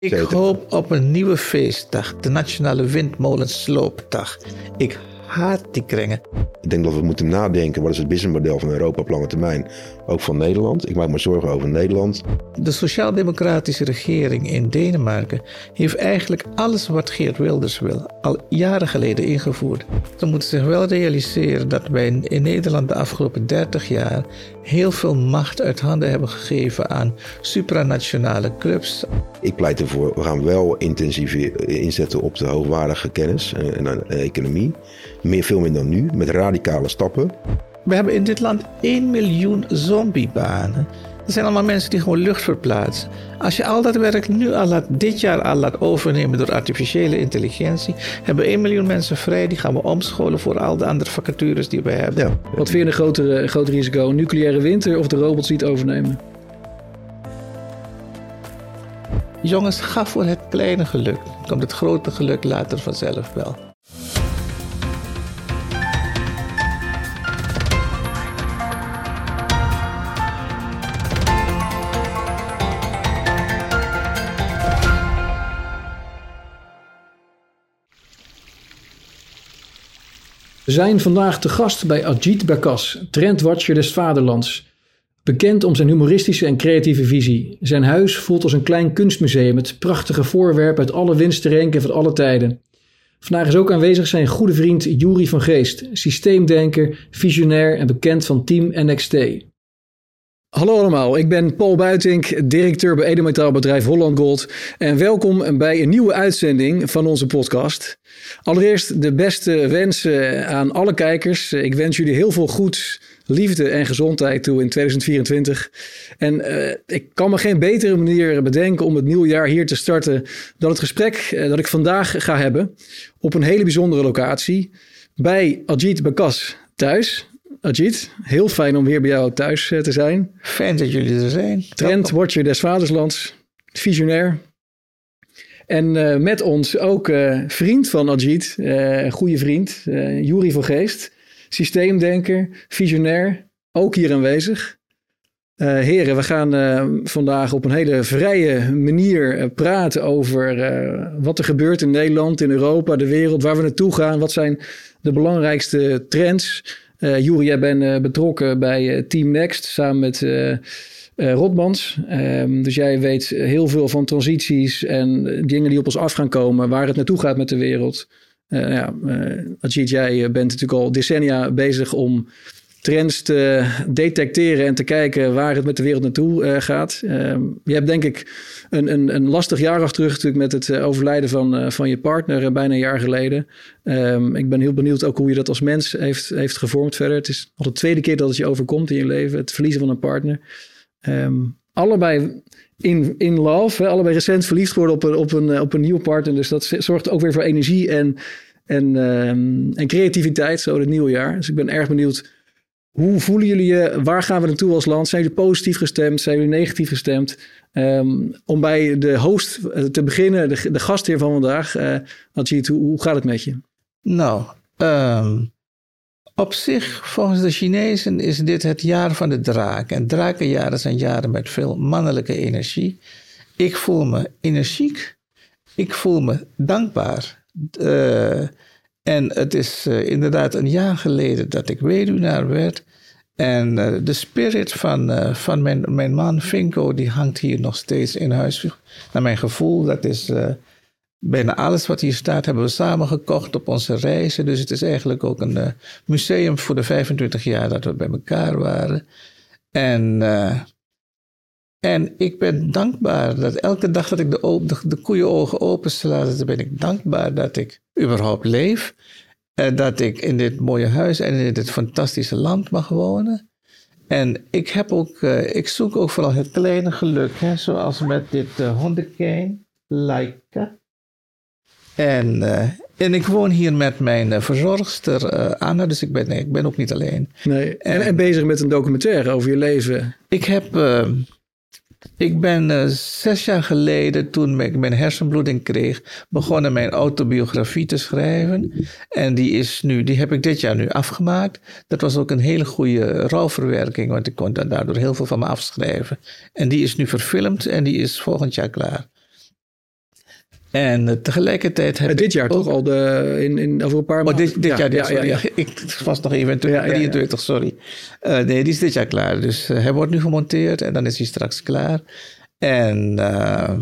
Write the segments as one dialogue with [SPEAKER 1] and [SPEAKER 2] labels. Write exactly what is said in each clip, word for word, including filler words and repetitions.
[SPEAKER 1] Ik hoop op een nieuwe feestdag, de Nationale Windmolensloopdag. Ik haat die kringen.
[SPEAKER 2] Ik denk dat we moeten nadenken, wat is het businessmodel van Europa op lange termijn? Ook van Nederland. Ik maak me zorgen over Nederland.
[SPEAKER 1] De sociaal-democratische regering in Denemarken heeft eigenlijk alles wat Geert Wilders wil al jaren geleden ingevoerd. Ze moeten zich wel realiseren dat wij in Nederland de afgelopen dertig jaar heel veel macht uit handen hebben gegeven aan supranationale clubs.
[SPEAKER 2] Ik pleit ervoor, we gaan wel intensief inzetten op de hoogwaardige kennis en, en economie. Meer, veel meer dan nu, met radicale stappen.
[SPEAKER 1] We hebben in dit land één miljoen zombiebanen. Dat zijn allemaal mensen die gewoon lucht verplaatsen. Als je al dat werk nu al laat, dit jaar al laat overnemen door artificiële intelligentie, hebben we één miljoen mensen vrij. Die gaan we omscholen voor al de andere vacatures die we hebben.
[SPEAKER 3] Ja. Wat vind je een groter, groter risico? Een nucleaire winter of de robots die het overnemen?
[SPEAKER 1] Jongens, ga voor het kleine geluk. Dan komt het grote geluk later vanzelf wel.
[SPEAKER 3] We zijn vandaag te gast bij Ajit Bakas, trendwatcher des vaderlands. Bekend om zijn humoristische en creatieve visie. Zijn huis voelt als een klein kunstmuseum met prachtige voorwerpen uit alle windstreken van alle tijden. Vandaag is ook aanwezig zijn goede vriend Juri van Geest, systeemdenker, visionair en bekend van Team N X T. Hallo allemaal, ik ben Paul Buitink, directeur bij edelmetaalbedrijf Holland Gold en welkom bij een nieuwe uitzending van onze podcast. Allereerst de beste wensen aan alle kijkers. Ik wens jullie heel veel goeds, liefde en gezondheid toe in tweeduizend vierentwintig. En uh, ik kan me geen betere manier bedenken om het nieuwe jaar hier te starten dan het gesprek uh, dat ik vandaag ga hebben op een hele bijzondere locatie bij Ajit Bakas thuis. Ajit, heel fijn om weer bij jou thuis te zijn.
[SPEAKER 1] Fijn dat jullie er zijn.
[SPEAKER 3] Trendwatcher des vaderlands, visionair. En uh, met ons ook uh, vriend van Ajit, uh, goede vriend, uh, Juri van Geest. Systeemdenker, visionair, ook hier aanwezig. Uh, heren, we gaan uh, vandaag op een hele vrije manier uh, praten over uh, wat er gebeurt in Nederland, in Europa, de wereld, waar we naartoe gaan. Wat zijn de belangrijkste trends? Uh, Juri, jij bent uh, betrokken bij uh, Team Next samen met uh, uh, Rotmans. Um, dus jij weet heel veel van transities en dingen die op ons af gaan komen, waar het naartoe gaat met de wereld. Uh, ja, uh, Ajit, jij bent natuurlijk al decennia bezig om trends te detecteren en te kijken waar het met de wereld naartoe uh, gaat. Uh, je hebt denk ik een, een, een lastig jaar achter terug natuurlijk met het uh, overlijden van, uh, van je partner uh, bijna een jaar geleden. Um, ik ben heel benieuwd ook hoe je dat als mens heeft, heeft gevormd verder. Het is al de tweede keer dat het je overkomt in je leven, het verliezen van een partner. Um, allebei in, in love, hè? Allebei recent verliefd geworden op een, op, een, op een nieuwe partner. Dus dat zorgt ook weer voor energie en, en, um, en creativiteit zo in het nieuwe jaar. Dus ik ben erg benieuwd. Hoe voelen jullie je? Waar gaan we naartoe als land? Zijn jullie positief gestemd? Zijn jullie negatief gestemd? Um, om bij de host te beginnen, de, de gastheer van vandaag. Uh, Ajit, hoe, hoe gaat het met je?
[SPEAKER 1] Nou, um, op zich, volgens de Chinezen is dit het jaar van de draak. En drakenjaren zijn jaren met veel mannelijke energie. Ik voel me energiek. Ik voel me dankbaar. Uh, En het is uh, inderdaad een jaar geleden dat ik weduwnaar werd. En uh, de spirit van, uh, van mijn, mijn man Vinko, die hangt hier nog steeds in huis. Naar mijn gevoel, dat is uh, bijna alles wat hier staat, hebben we samen gekocht op onze reizen. Dus het is eigenlijk ook een uh, museum voor de vijfentwintig jaar dat we bij elkaar waren. En... Uh, En ik ben dankbaar dat elke dag dat ik de, op, de, de koeienogen opensla, dan ben ik dankbaar dat ik überhaupt leef. En dat ik in dit mooie huis en in dit fantastische land mag wonen. En ik, heb ook, uh, ik zoek ook vooral het kleine geluk, hè, zoals met dit uh, hondenkijn, Laika. En, uh, en ik woon hier met mijn uh, verzorgster uh, Anna, dus ik ben, nee, ik ben ook niet alleen.
[SPEAKER 3] Nee. En, en, en bezig met een documentaire over je leven.
[SPEAKER 1] Ik heb... Uh, Ik ben uh, zes jaar geleden, toen ik mijn hersenbloeding kreeg, begonnen mijn autobiografie te schrijven. En die, is nu, die heb ik dit jaar nu afgemaakt. Dat was ook een hele goede rouwverwerking, want ik kon daardoor heel veel van me afschrijven. En die is nu verfilmd en die is volgend jaar klaar. En uh, tegelijkertijd heb
[SPEAKER 3] uh, dit jaar
[SPEAKER 1] ik ook,
[SPEAKER 3] toch al de, in, in, over een paar maanden?
[SPEAKER 1] Oh, dit, dit
[SPEAKER 3] ja,
[SPEAKER 1] jaar, dit,
[SPEAKER 3] ja,
[SPEAKER 1] sorry,
[SPEAKER 3] ja, ja.
[SPEAKER 1] Ik was nog even in twintig drieëntwintig, ja, ja, ja. sorry. Uh, nee, die is dit jaar klaar. Dus uh, hij wordt nu gemonteerd en dan is hij straks klaar. En, uh,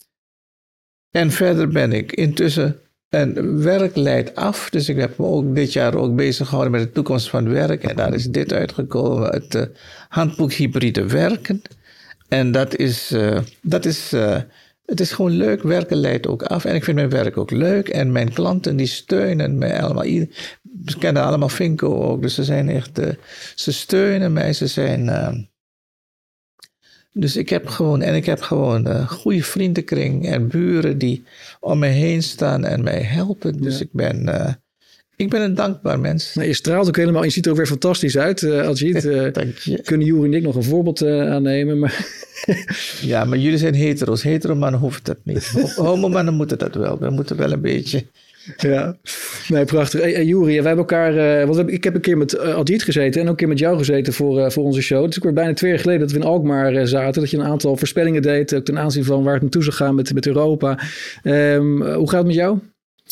[SPEAKER 1] en verder ben ik intussen... En werk leidt af, dus ik heb me ook dit jaar ook bezig gehouden met de toekomst van werk. En daar is dit uitgekomen, het uh, handboek hybride werken. En dat is, uh, dat is, uh, het is gewoon leuk, werken leidt ook af. En ik vind mijn werk ook leuk. En mijn klanten die steunen mij allemaal. Ze kennen allemaal Finco ook, dus ze zijn echt, uh, ze steunen mij, ze zijn... Uh, Dus ik heb gewoon, en ik heb gewoon een goede vriendenkring en buren die om me heen staan en mij helpen. Dus ja. ik ben, uh, ik ben een dankbaar mens.
[SPEAKER 3] Nou, je straalt ook helemaal, je ziet er ook weer fantastisch uit, uh, Ajit. Uh,
[SPEAKER 1] Dank je.
[SPEAKER 3] Kunnen Joeri en ik nog een voorbeeld uh, aannemen, maar...
[SPEAKER 1] Ja, maar jullie zijn hetero's. Heteromannen hoeft dat niet. Homomannen moeten dat wel. We moeten wel een beetje...
[SPEAKER 3] Ja, nee, prachtig. Hey, hey, Joeri, wij hebben elkaar... Uh, want we hebben, ik heb een keer met uh, Ajit gezeten en ook een keer met jou gezeten voor, uh, voor onze show. Het is ook weer bijna twee jaar geleden dat we in Alkmaar uh, zaten. Dat je een aantal voorspellingen deed, ook ten aanzien van waar het naartoe zou gaan met, met Europa. Um, uh, hoe gaat het met jou?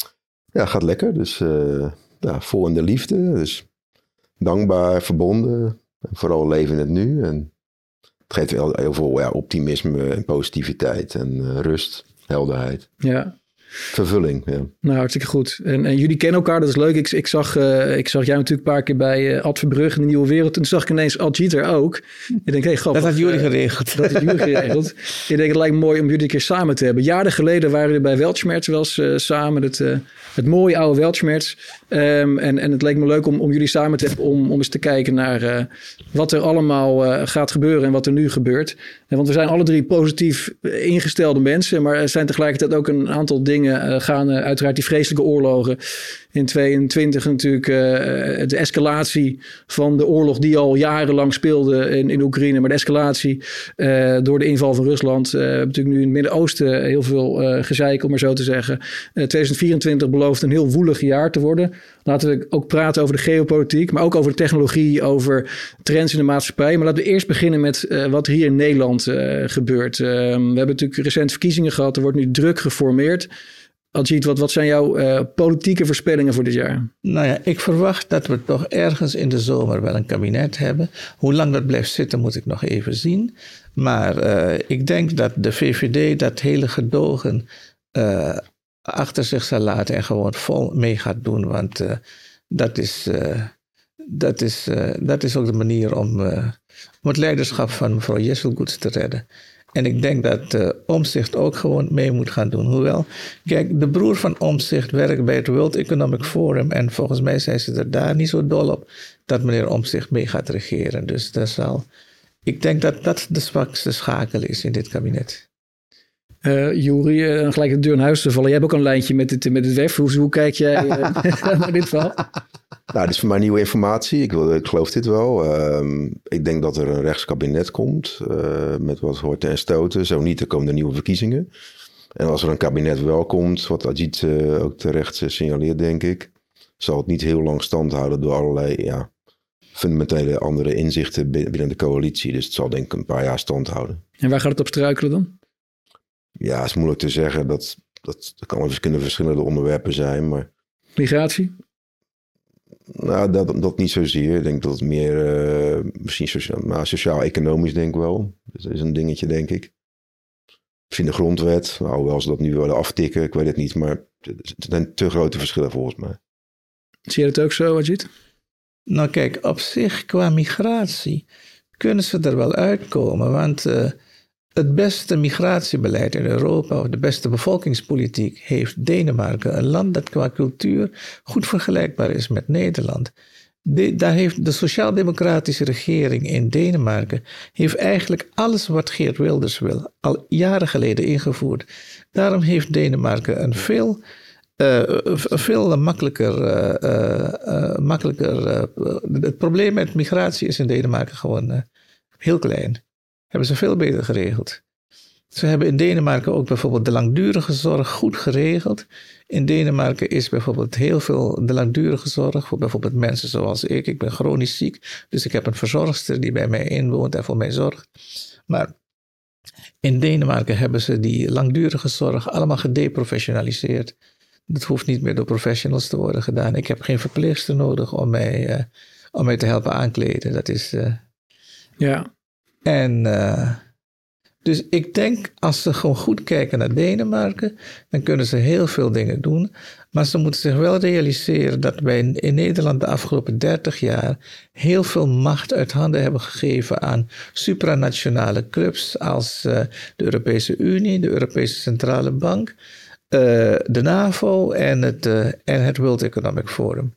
[SPEAKER 2] Ja, gaat lekker. Dus uh, ja, vol in de liefde. Dus dankbaar, verbonden. En vooral leven in het nu. En het geeft wel heel veel ja, optimisme en positiviteit en uh, rust, helderheid.
[SPEAKER 3] Ja.
[SPEAKER 2] Vervulling, ja.
[SPEAKER 3] Nou, hartstikke goed. En, en jullie kennen elkaar, dat is leuk. Ik, ik, zag, uh, ik zag jou natuurlijk een paar keer bij uh, Ad Verbrugge in de Nieuwe Wereld. Toen zag ik ineens Ajit er ook. Ik denk, hey, grappig.
[SPEAKER 1] Dat had jullie
[SPEAKER 3] uh,
[SPEAKER 1] geregeld.
[SPEAKER 3] Dat had jullie geregeld. Ik denk, het lijkt me mooi om jullie een keer samen te hebben. Jaren geleden waren we bij Weltschmerz wel eens uh, samen. Het, uh, het mooie oude Weltschmerz. Um, en, en het leek me leuk om, om jullie samen te hebben. Om, om eens te kijken naar uh, wat er allemaal uh, gaat gebeuren en wat er nu gebeurt. En want we zijn alle drie positief ingestelde mensen. Maar er zijn tegelijkertijd ook een aantal dingen uh, gaan. Uh, uiteraard die vreselijke oorlogen. In tweeëntwintig natuurlijk uh, de escalatie van de oorlog die al jarenlang speelde in, in Oekraïne. Maar de escalatie uh, door de inval van Rusland. Uh, we hebben natuurlijk nu in het Midden-Oosten heel veel uh, gezeik, om maar zo te zeggen. Uh, tweeduizend vierentwintig belooft een heel woelig jaar te worden. Laten we ook praten over de geopolitiek, maar ook over de technologie, over trends in de maatschappij. Maar laten we eerst beginnen met uh, wat hier in Nederland uh, gebeurt. Uh, we hebben natuurlijk recent verkiezingen gehad. Er wordt nu druk geformeerd. Ajit, wat, wat zijn jouw uh, politieke voorspellingen voor dit jaar?
[SPEAKER 1] Nou ja, ik verwacht dat we toch ergens in de zomer wel een kabinet hebben. Hoe lang dat blijft zitten moet ik nog even zien. Maar uh, ik denk dat de V V D dat hele gedogen uh, achter zich zal laten en gewoon vol mee gaat doen. Want uh, dat, is, uh, dat, is, uh, dat is ook de manier om, uh, om het leiderschap van mevrouw Jesselgoeds te redden. En ik denk dat uh, Omtzigt ook gewoon mee moet gaan doen. Hoewel, kijk, de broer van Omtzigt werkt bij het World Economic Forum. En volgens mij zijn ze er daar niet zo dol op dat meneer Omtzigt mee gaat regeren. Dus dat zal, ik denk dat dat de zwakste schakel is in dit kabinet.
[SPEAKER 3] Uh, Joeri, uh, gelijk de deur in huis te vallen. Jij hebt ook een lijntje met het, met het W E F. Hoe, hoe kijk jij uh, naar dit verhaal?
[SPEAKER 2] Nou, dit is voor mij nieuwe informatie. Ik, wil, ik geloof dit wel. Um, ik denk dat er een rechtskabinet komt. Uh, met wat horten en stoten. Zo niet, er komen er nieuwe verkiezingen. En als er een kabinet wel komt, wat Ajit uh, ook terecht uh, signaleert, denk ik, zal het niet heel lang stand houden door allerlei ja, fundamentele andere inzichten binnen de coalitie. Dus het zal denk ik een paar jaar stand houden.
[SPEAKER 3] En waar gaat het op struikelen dan?
[SPEAKER 2] Ja, het is moeilijk te zeggen. Dat, dat, dat kan, kunnen verschillende onderwerpen zijn, maar...
[SPEAKER 3] Migratie?
[SPEAKER 2] Nou, dat, dat niet zozeer. Ik denk dat het meer, uh, misschien sociaal, maar sociaal-economisch denk ik wel. Dat is een dingetje, denk ik. Misschien de grondwet, nou, hoewel ze dat nu willen aftikken, ik weet het niet. Maar het zijn te grote verschillen volgens mij.
[SPEAKER 3] Zie je dat ook zo, Ajit?
[SPEAKER 1] Nou kijk, op zich qua migratie kunnen ze er wel uitkomen. Want uh, het beste migratiebeleid in Europa, of de beste bevolkingspolitiek, heeft Denemarken. Een land dat qua cultuur goed vergelijkbaar is met Nederland. De, daar heeft de sociaal-democratische regering in Denemarken heeft eigenlijk alles wat Geert Wilders wil al jaren geleden ingevoerd. Daarom heeft Denemarken een veel, uh, veel makkelijker... Uh, uh, makkelijker uh, het probleem met migratie is in Denemarken gewoon uh, heel klein. Hebben ze veel beter geregeld. Ze hebben in Denemarken ook bijvoorbeeld de langdurige zorg goed geregeld. In Denemarken is bijvoorbeeld heel veel de langdurige zorg voor bijvoorbeeld mensen zoals ik. Ik ben chronisch ziek, dus ik heb een verzorgster die bij mij inwoont en voor mij zorgt. Maar In Denemarken hebben ze die langdurige zorg allemaal gedeprofessionaliseerd. Dat hoeft niet meer door professionals te worden gedaan. Ik heb geen verpleegster nodig om mij, uh, om mij te helpen aankleden. Dat is... Uh...
[SPEAKER 3] Ja.
[SPEAKER 1] En... Uh, Dus ik denk, als ze gewoon goed kijken naar Denemarken, dan kunnen ze heel veel dingen doen. Maar ze moeten zich wel realiseren dat wij in Nederland de afgelopen dertig jaar heel veel macht uit handen hebben gegeven aan supranationale clubs als uh, de Europese Unie, de Europese Centrale Bank, uh, de NAVO en het, uh, en het World Economic Forum.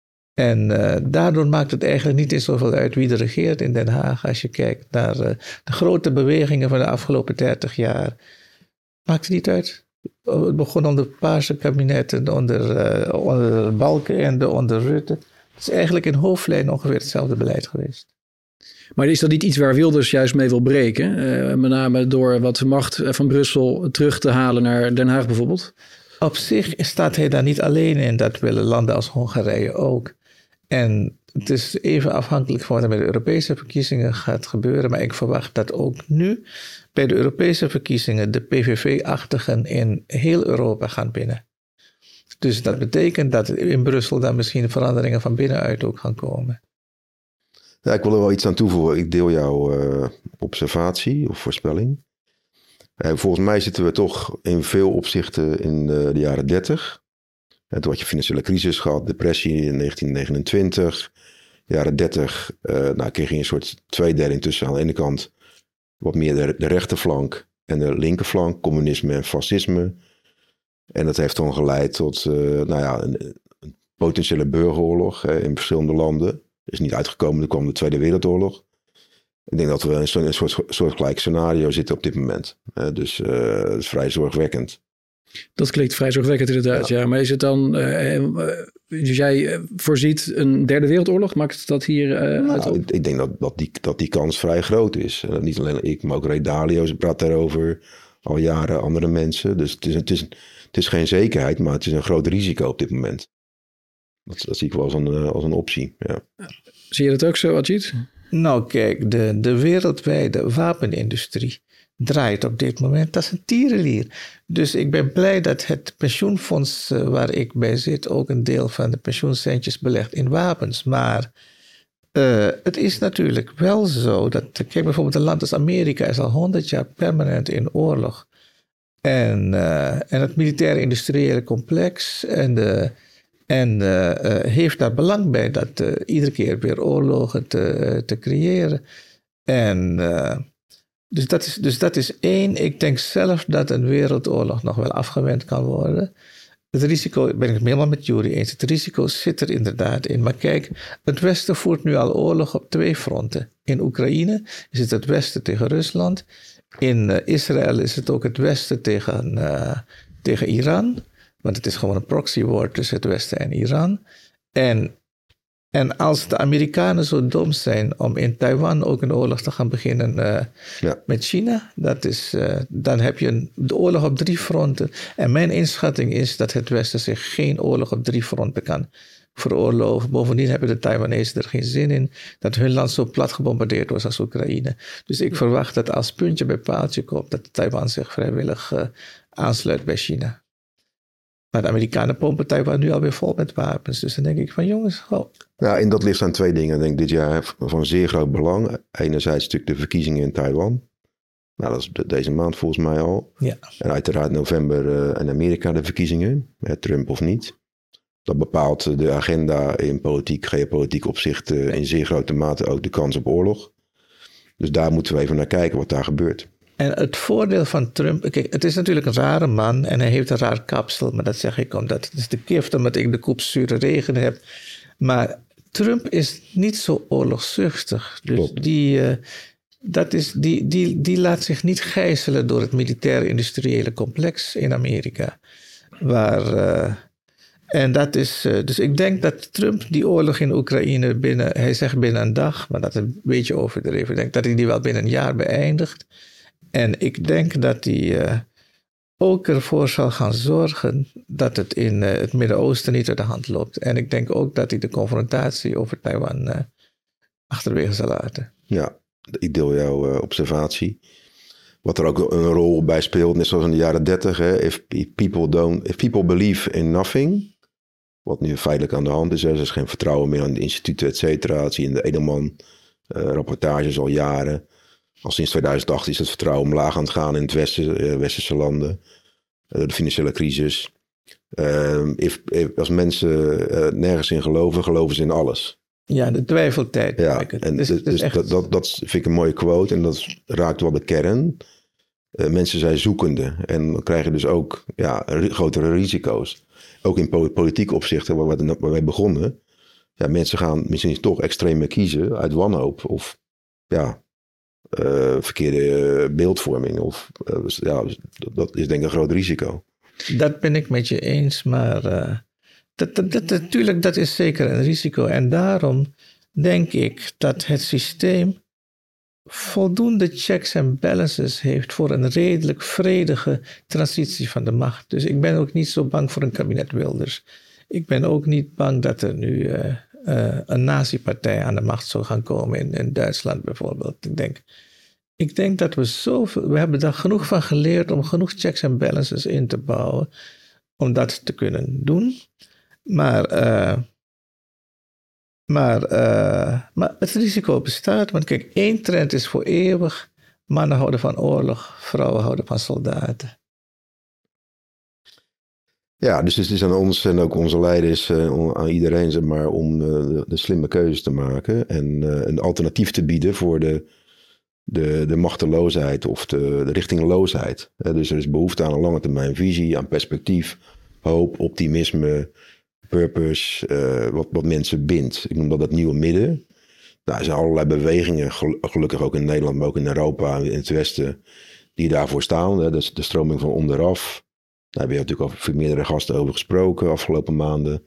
[SPEAKER 1] En uh, daardoor maakt het eigenlijk niet eens zoveel uit wie er regeert in Den Haag. Als je kijkt naar uh, de grote bewegingen van de afgelopen dertig jaar. Maakt het niet uit. Het begon onder Paarse kabinetten, onder, uh, onder Balkenende, onder Rutte. Het is eigenlijk in hoofdlijnen ongeveer hetzelfde beleid geweest.
[SPEAKER 3] Maar is dat niet iets waar Wilders juist mee wil breken? Uh, met name door wat macht van Brussel terug te halen naar Den Haag bijvoorbeeld?
[SPEAKER 1] Op zich staat hij daar niet alleen in. Dat willen landen als Hongarije ook. En het is even afhankelijk van wat er met de Europese verkiezingen gaat gebeuren. Maar ik verwacht dat ook nu bij de Europese verkiezingen de P V V-achtigen in heel Europa gaan winnen. Dus dat betekent dat in Brussel dan misschien veranderingen van binnenuit ook gaan komen.
[SPEAKER 2] Ja, ik wil er wel iets aan toevoegen. Ik deel jouw uh, observatie of voorspelling. Uh, volgens mij zitten we toch in veel opzichten in de, de jaren dertig. En toen had je financiële crisis gehad, depressie in negentien negenentwintig. Jaren dertig, uh, nou, kreeg je een soort tweedeling tussen aan de ene kant wat meer de, de rechterflank en de linkerflank, communisme en fascisme. En dat heeft dan geleid tot uh, nou ja, een, een potentiële burgeroorlog uh, in verschillende landen. Is niet uitgekomen, er kwam de Tweede Wereldoorlog. Ik denk dat we in een soort, soortgelijk scenario zitten op dit moment. Uh, dus uh, dat is vrij zorgwekkend.
[SPEAKER 3] Dat klinkt vrij zorgwekkend inderdaad, ja. ja. Maar is het dan, uh, uh, dus jij voorziet een derde wereldoorlog? Maakt dat hier uh,
[SPEAKER 2] nou,
[SPEAKER 3] uit op?
[SPEAKER 2] Ik, ik denk dat, dat, die, dat die kans vrij groot is. Uh, niet alleen ik, maar ook Ray Dalio praat daarover. Al jaren andere mensen. Dus het is, het, is, het is geen zekerheid, maar het is een groot risico op dit moment. Dat, dat zie ik wel als een, als een optie, ja.
[SPEAKER 3] Zie je dat ook zo, Ajit?
[SPEAKER 1] Nou kijk, de, de wereldwijde wapenindustrie draait op dit moment als een tierenlier. Dus ik ben blij dat het pensioenfonds uh, waar ik bij zit ook een deel van de pensioencentjes belegt in wapens. Maar uh, het is natuurlijk wel zo dat, kijk bijvoorbeeld een land als Amerika is al honderd jaar permanent in oorlog. En, uh, en het militaire industriële complex en de... En uh, uh, heeft daar belang bij dat uh, iedere keer weer oorlogen te, te creëren. En uh, dus, dat is, dus dat is één. Ik denk zelf dat een wereldoorlog nog wel afgewend kan worden. Het risico, ben ik het helemaal met Yuri eens. Het risico zit er inderdaad in. Maar kijk, het Westen voert nu al oorlog op twee fronten. In Oekraïne is het het Westen tegen Rusland. In uh, Israël is het ook het Westen tegen, uh, tegen Iran. Want het is gewoon een proxy-war tussen het Westen en Iran. En, en als de Amerikanen zo dom zijn om in Taiwan ook een oorlog te gaan beginnen uh, ja. met China, dat is, uh, dan heb je een, de oorlog op drie fronten. En mijn inschatting is dat het Westen zich geen oorlog op drie fronten kan veroorloven. Bovendien hebben de Taiwanese er geen zin in dat hun land zo plat gebombardeerd wordt als Oekraïne. Dus ik verwacht dat als puntje bij paaltje komt, dat Taiwan zich vrijwillig uh, aansluit bij China. Maar de Amerikanen pompen Taiwan nu alweer vol met wapens. Dus dan denk ik van jongens, oh.
[SPEAKER 2] Nou, en dat ligt aan twee dingen. Ik denk dit jaar van zeer groot belang. Enerzijds natuurlijk de verkiezingen in Taiwan. Nou, dat is de, deze maand volgens mij al.
[SPEAKER 1] Ja.
[SPEAKER 2] En uiteraard november uh, in Amerika de verkiezingen. Hè, Trump of niet. Dat bepaalt de agenda in politiek, geopolitiek opzicht uh, in zeer grote mate ook de kans op oorlog. Dus daar moeten we even naar kijken wat daar gebeurt.
[SPEAKER 1] En het voordeel van Trump... Kijk, het is natuurlijk een rare man en hij heeft een raar kapsel. Maar dat zeg ik omdat het is de gift omdat ik de koep zure regen heb. Maar Trump is niet zo oorlogszuchtig. Dus Klopt. die, uh, dat is, die, die, die laat zich niet gijzelen door het militair-industriële complex in Amerika. Waar... Uh, En dat is, uh, dus ik denk dat Trump die oorlog in Oekraïne binnen, hij zegt binnen een dag, maar dat is een beetje overdreven. Ik denk dat hij die wel binnen een jaar beëindigt. En ik denk dat hij uh, ook ervoor zal gaan zorgen dat het in uh, het Midden-Oosten niet uit de hand loopt. En ik denk ook dat hij de confrontatie over Taiwan uh, achterwege zal laten.
[SPEAKER 2] Ja, ik deel jouw uh, observatie. Wat er ook een rol bij speelt, net zoals in de jaren dertig. If people don't, if people believe in nothing, wat nu feitelijk aan de hand is. Hè, er is geen vertrouwen meer aan de instituten, et cetera. Dat zie je in de Edelman uh, rapportages al jaren. Al sinds tweeduizend acht is het vertrouwen omlaag aan het gaan in het westen, uh, westerse landen. Uh, de financiële crisis. Uh, if, if, als mensen uh, nergens in geloven, geloven ze in alles.
[SPEAKER 1] Ja, de twijfeltijd.
[SPEAKER 2] Ja, en dus, dus, dus echt... dat, dat, dat vind ik een mooie quote en dat raakt wel de kern. Uh, mensen zijn zoekende en dan krijg je dus ook ja, grotere risico's. Ook in politiek opzichten waar, we, waar wij begonnen. Ja, mensen gaan misschien toch extreem kiezen uit wanhoop of ja, uh, verkeerde beeldvorming. Of, uh, ja, dat is denk ik een groot risico.
[SPEAKER 1] Dat ben ik met je eens, maar uh, dat, dat, dat, natuurlijk, dat is zeker een risico. En daarom denk ik dat het systeem voldoende checks en balances heeft voor een redelijk vredige transitie van de macht. Dus ik ben ook niet zo bang voor een kabinet Wilders. Ik ben ook niet bang dat er nu uh, uh, een nazi-partij aan de macht zou gaan komen in, in Duitsland bijvoorbeeld. Ik denk, ik denk dat we zoveel, we hebben daar genoeg van geleerd om genoeg checks en balances in te bouwen om dat te kunnen doen. Maar, uh, maar, uh, maar het risico bestaat, want kijk, één trend is voor eeuwig. Mannen houden van oorlog, vrouwen houden van soldaten.
[SPEAKER 2] Ja, dus het is aan ons en ook onze leiders, uh, aan iedereen zeg maar, om uh, de, de slimme keuzes te maken en uh, een alternatief te bieden voor de, de, de machteloosheid of de, de richtingloosheid. Uh, dus er is behoefte aan een lange termijn visie, aan perspectief, hoop, optimisme, purpose, uh, wat, wat mensen bindt. Ik noem dat het nieuwe midden. Nou, er zijn allerlei bewegingen, gelukkig ook in Nederland, maar ook in Europa, in het Westen, die daarvoor staan. Hè. Dat is de stroming van onderaf. Daar hebben we natuurlijk al meerdere gasten over gesproken afgelopen maanden.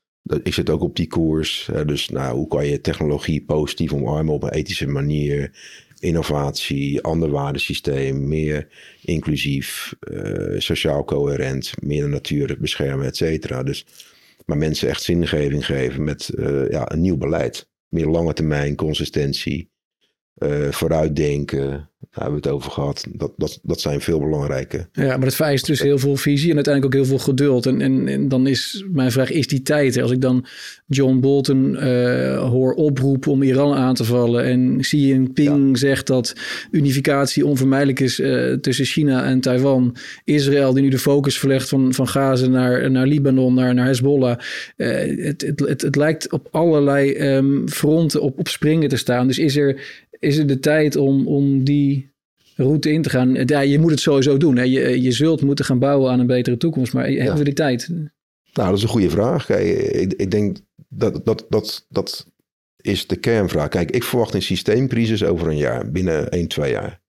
[SPEAKER 2] Ik zit ook op die koers. Dus nou, hoe kan je technologie positief omarmen op een ethische manier? Innovatie, ander waardesysteem, meer inclusief, uh, sociaal coherent, meer de natuur beschermen, et cetera. Dus, maar mensen echt zingeving geven met uh, ja, een nieuw beleid. Meer lange termijn, consistentie, uh, vooruitdenken. Daar hebben we het over gehad. Dat, dat, dat zijn veel belangrijke.
[SPEAKER 3] Ja, maar dat vereist dus heel veel visie en uiteindelijk ook heel veel geduld. En, en, en dan is mijn vraag, is die tijd? Als ik dan John Bolton uh, hoor oproepen om Iran aan te vallen en Xi Jinping ja. zegt dat unificatie onvermijdelijk is uh, tussen China en Taiwan. Israël die nu de focus verlegt van, van Gaza naar, naar Libanon, naar, naar Hezbollah. Uh, het, het, het, het lijkt op allerlei um, fronten op, op springen te staan. Dus is er, is er de tijd om, om die route in te gaan? Ja, je moet het sowieso doen. Hè. Je, je zult moeten gaan bouwen aan een betere toekomst. Maar hebben ja. we die tijd?
[SPEAKER 2] Nou, dat is een goede vraag. Kijk, ik, ik denk dat, dat dat dat is de kernvraag. Kijk, ik verwacht een systeemcrisis over een jaar. Binnen één, twee jaar.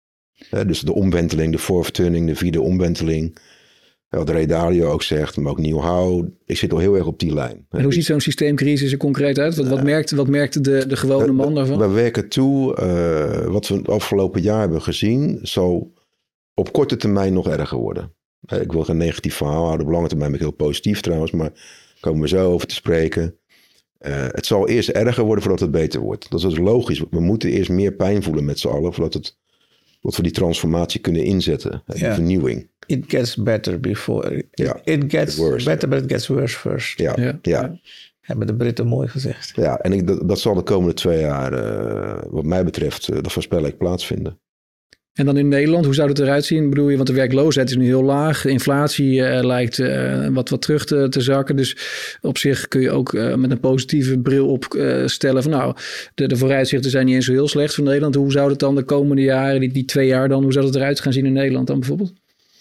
[SPEAKER 2] He, dus de omwenteling, de fourth turning, de vierde omwenteling. Wat Ray Dalio ook zegt, maar ook Neil Howe. Ik zit al heel erg op die lijn.
[SPEAKER 3] En hoe ziet zo'n systeemcrisis er concreet uit? Wat, wat, merkt, wat merkt de, de gewone man daarvan?
[SPEAKER 2] We werken toe, uh, wat we het afgelopen jaar hebben gezien, zal op korte termijn nog erger worden. Uh, ik wil geen negatief verhaal houden, op lange termijn ben ik heel positief trouwens, maar daar komen we zo over te spreken. Uh, het zal eerst erger worden voordat het beter wordt. Dat is logisch. We moeten eerst meer pijn voelen met z'n allen, voordat het, wat we die transformatie kunnen inzetten. Die ja. vernieuwing.
[SPEAKER 1] It gets better before.
[SPEAKER 2] Ja,
[SPEAKER 1] it gets
[SPEAKER 2] worse,
[SPEAKER 1] better,
[SPEAKER 2] ja.
[SPEAKER 1] but it gets worse first.
[SPEAKER 2] Ja, ja. ja.
[SPEAKER 1] Hebben de Britten mooi gezegd.
[SPEAKER 2] Ja, en ik, dat, dat zal de komende twee jaar, uh, wat mij betreft, uh, dat voorspel ik plaatsvinden.
[SPEAKER 3] En dan in Nederland, hoe zou het eruit zien? Bedoel je, want de werkloosheid is nu heel laag. De inflatie uh, lijkt uh, wat, wat terug te, te zakken. Dus op zich kun je ook uh, met een positieve bril opstellen uh, van nou, de, de vooruitzichten zijn niet eens zo heel slecht voor Nederland. Hoe zou het dan de komende jaren, die, die twee jaar dan, hoe zou het eruit gaan zien in Nederland dan bijvoorbeeld?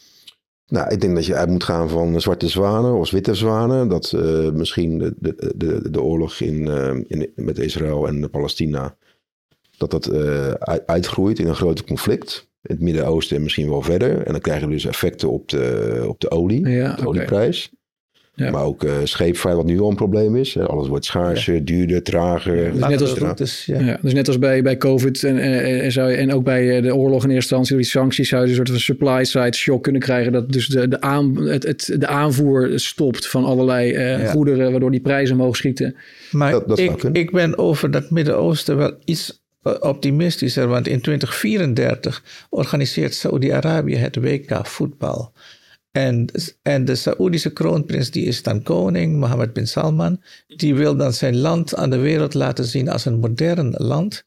[SPEAKER 2] Nou, ik denk dat je uit moet gaan van zwarte zwanen of witte zwanen. Dat uh, misschien de, de, de, de oorlog in, uh, in, met Israël en Palestina, dat dat uh, uitgroeit in een groot conflict. In het Midden-Oosten en misschien wel verder. En dan krijg je dus effecten op de, op de olie,
[SPEAKER 3] ja,
[SPEAKER 2] de
[SPEAKER 3] okay.
[SPEAKER 2] olieprijs. Ja. Maar ook uh, scheepvaart, wat nu al een probleem is. Alles wordt schaarser, ja. duurder, trager.
[SPEAKER 3] Dus net als, routes, ja. Ja, dus net als bij, bij COVID en, en, en, en ook bij de oorlog in eerste instantie, die sancties, zou je een soort van supply-side shock kunnen krijgen. Dat dus de, de, aan, het, het, de aanvoer stopt van allerlei uh, ja. goederen, waardoor die prijzen omhoog schieten.
[SPEAKER 1] Maar dat, dat ik, ik ben over dat Midden-Oosten wel iets optimistischer, want in twintig vierendertig organiseert Saoedi-Arabië het W K voetbal. En, en de Saoedische kroonprins, die is dan koning, Mohammed bin Salman, die wil dan zijn land aan de wereld laten zien als een modern land.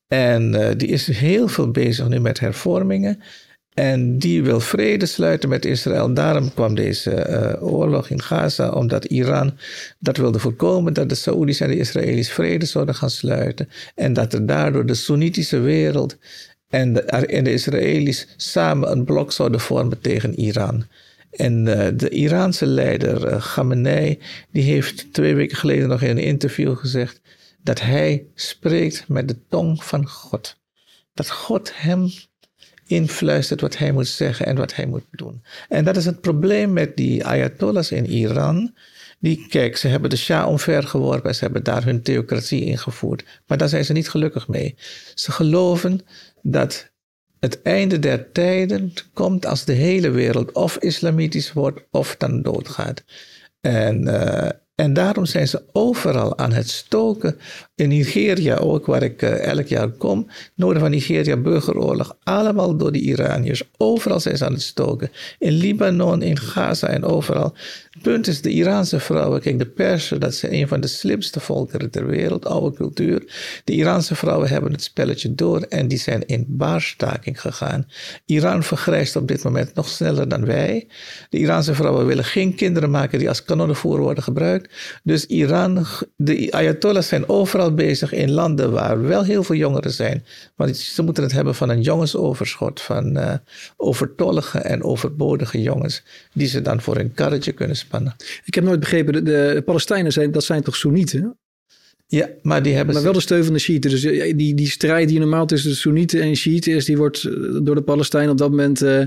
[SPEAKER 1] En uh, die is heel veel bezig nu met hervormingen. En die wil vrede sluiten met Israël. Daarom kwam deze uh, oorlog in Gaza, omdat Iran dat wilde voorkomen, dat de Saoedi's en de Israëli's vrede zouden gaan sluiten. En dat er daardoor de Soenitische wereld en de, en de Israëli's samen een blok zouden vormen tegen Iran. En uh, de Iraanse leider uh, Khamenei, die heeft twee weken geleden nog in een interview gezegd dat hij spreekt met de tong van God. Dat God hem influistert wat hij moet zeggen en wat hij moet doen. En dat is het probleem met die Ayatollahs in Iran. Die, kijk, ze hebben de Shah omvergeworpen en ze hebben daar hun theocratie ingevoerd. Maar daar zijn ze niet gelukkig mee. Ze geloven dat het einde der tijden komt als de hele wereld of islamitisch wordt of dan doodgaat. En, uh, en daarom zijn ze overal aan het stoken. In Nigeria ook, waar ik uh, elk jaar kom. Noorden van Nigeria, burgeroorlog. Allemaal door die Iraniërs. Overal zijn ze aan het stoken. In Libanon, in Gaza en overal. Het punt is, de Iraanse vrouwen, kijk, de Persen, dat zijn een van de slimste volkeren ter wereld, oude cultuur. De Iraanse vrouwen hebben het spelletje door en die zijn in baarstaking gegaan. Iran vergrijst op dit moment nog sneller dan wij. De Iraanse vrouwen willen geen kinderen maken die als kanonnenvoer worden gebruikt. Dus Iran, de Ayatollahs zijn overal bezig in landen waar wel heel veel jongeren zijn. Want ze moeten het hebben van een jongensoverschot, van uh, overtollige en overbodige jongens, die ze dan voor hun karretje kunnen spannen.
[SPEAKER 3] Ik heb nooit begrepen, de, de Palestijnen zijn, dat zijn toch Soenieten?
[SPEAKER 1] Ja, maar die hebben...
[SPEAKER 3] Maar wel de steun van de Shiiten. Dus die, die strijd die normaal tussen de Soenieten en Shiiten is, die wordt door de Palestijnen op dat moment... Uh...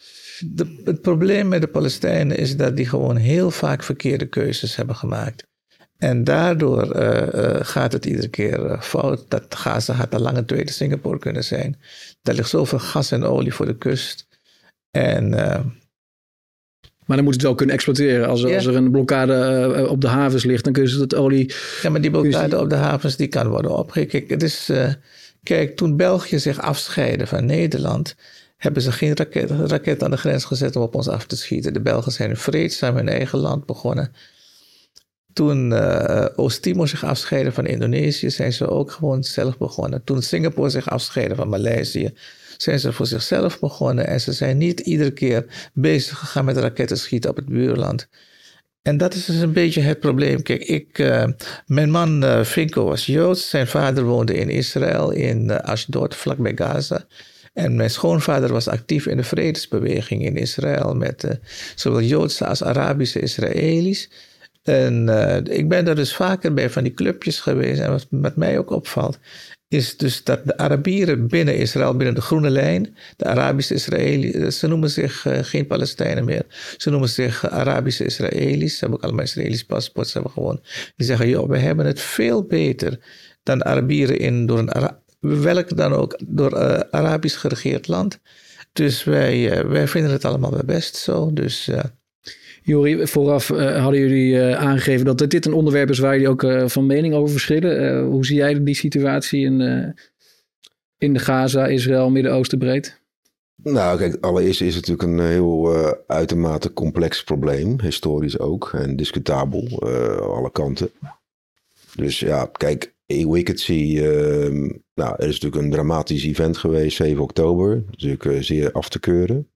[SPEAKER 1] De, het probleem met de Palestijnen is dat die gewoon heel vaak verkeerde keuzes hebben gemaakt. En daardoor uh, uh, gaat het iedere keer uh, fout. Dat Gaza had een lange tweede Singapore kunnen zijn. Daar ligt zoveel gas en olie voor de kust. En... Uh,
[SPEAKER 3] Maar dan moet het wel kunnen exploiteren. Als, ja. als er een blokkade uh, op de havens ligt, dan kunnen ze dat olie...
[SPEAKER 1] Ja, maar die blokkade op de havens, die kan worden opgekeken. Het is, uh, kijk, toen België zich afscheidde van Nederland, hebben ze geen raket, raket aan de grens gezet om op ons af te schieten. De Belgen zijn vreedzaam hun eigen land begonnen. Toen uh, Oost-Timor zich afscheidde van Indonesië, zijn ze ook gewoon zelf begonnen. Toen Singapore zich afscheidde van Maleisië, zijn ze voor zichzelf begonnen. En ze zijn niet iedere keer bezig gegaan met raketten schieten op het buurland. En dat is dus een beetje het probleem. Kijk, ik, uh, mijn man uh, Finko was Joods. Zijn vader woonde in Israël, in uh, Ashdod, vlakbij Gaza. En mijn schoonvader was actief in de vredesbeweging in Israël met uh, zowel Joodse als Arabische Israëli's. En uh, ik ben daar dus vaker bij van die clubjes geweest. En wat, wat mij ook opvalt, is dus dat de Arabieren binnen Israël, binnen de groene lijn, de Arabische Israëli's, ze noemen zich uh, geen Palestijnen meer. Ze noemen zich Arabische Israëli's. Ze hebben ook allemaal Israëlisch paspoort. Ze hebben gewoon, die zeggen, joh, we hebben het veel beter dan Arabieren in, door een Ara- welk dan ook, door uh, Arabisch geregeerd land. Dus wij, uh, wij vinden het allemaal wel best zo. Dus... Uh,
[SPEAKER 3] Jori, vooraf uh, hadden jullie uh, aangegeven dat dit een onderwerp is waar jullie ook uh, van mening over verschillen. Uh, hoe zie jij die situatie in, uh, in de Gaza, Israël, Midden-Oosten breed?
[SPEAKER 2] Nou, kijk, allereerst is het natuurlijk een heel uh, uitermate complex probleem. Historisch ook en discutabel, uh, alle kanten. Dus ja, kijk, hoe ik het zie, uh, nou, er is natuurlijk een dramatisch event geweest, zeven oktober. Natuurlijk uh, zeer af te keuren.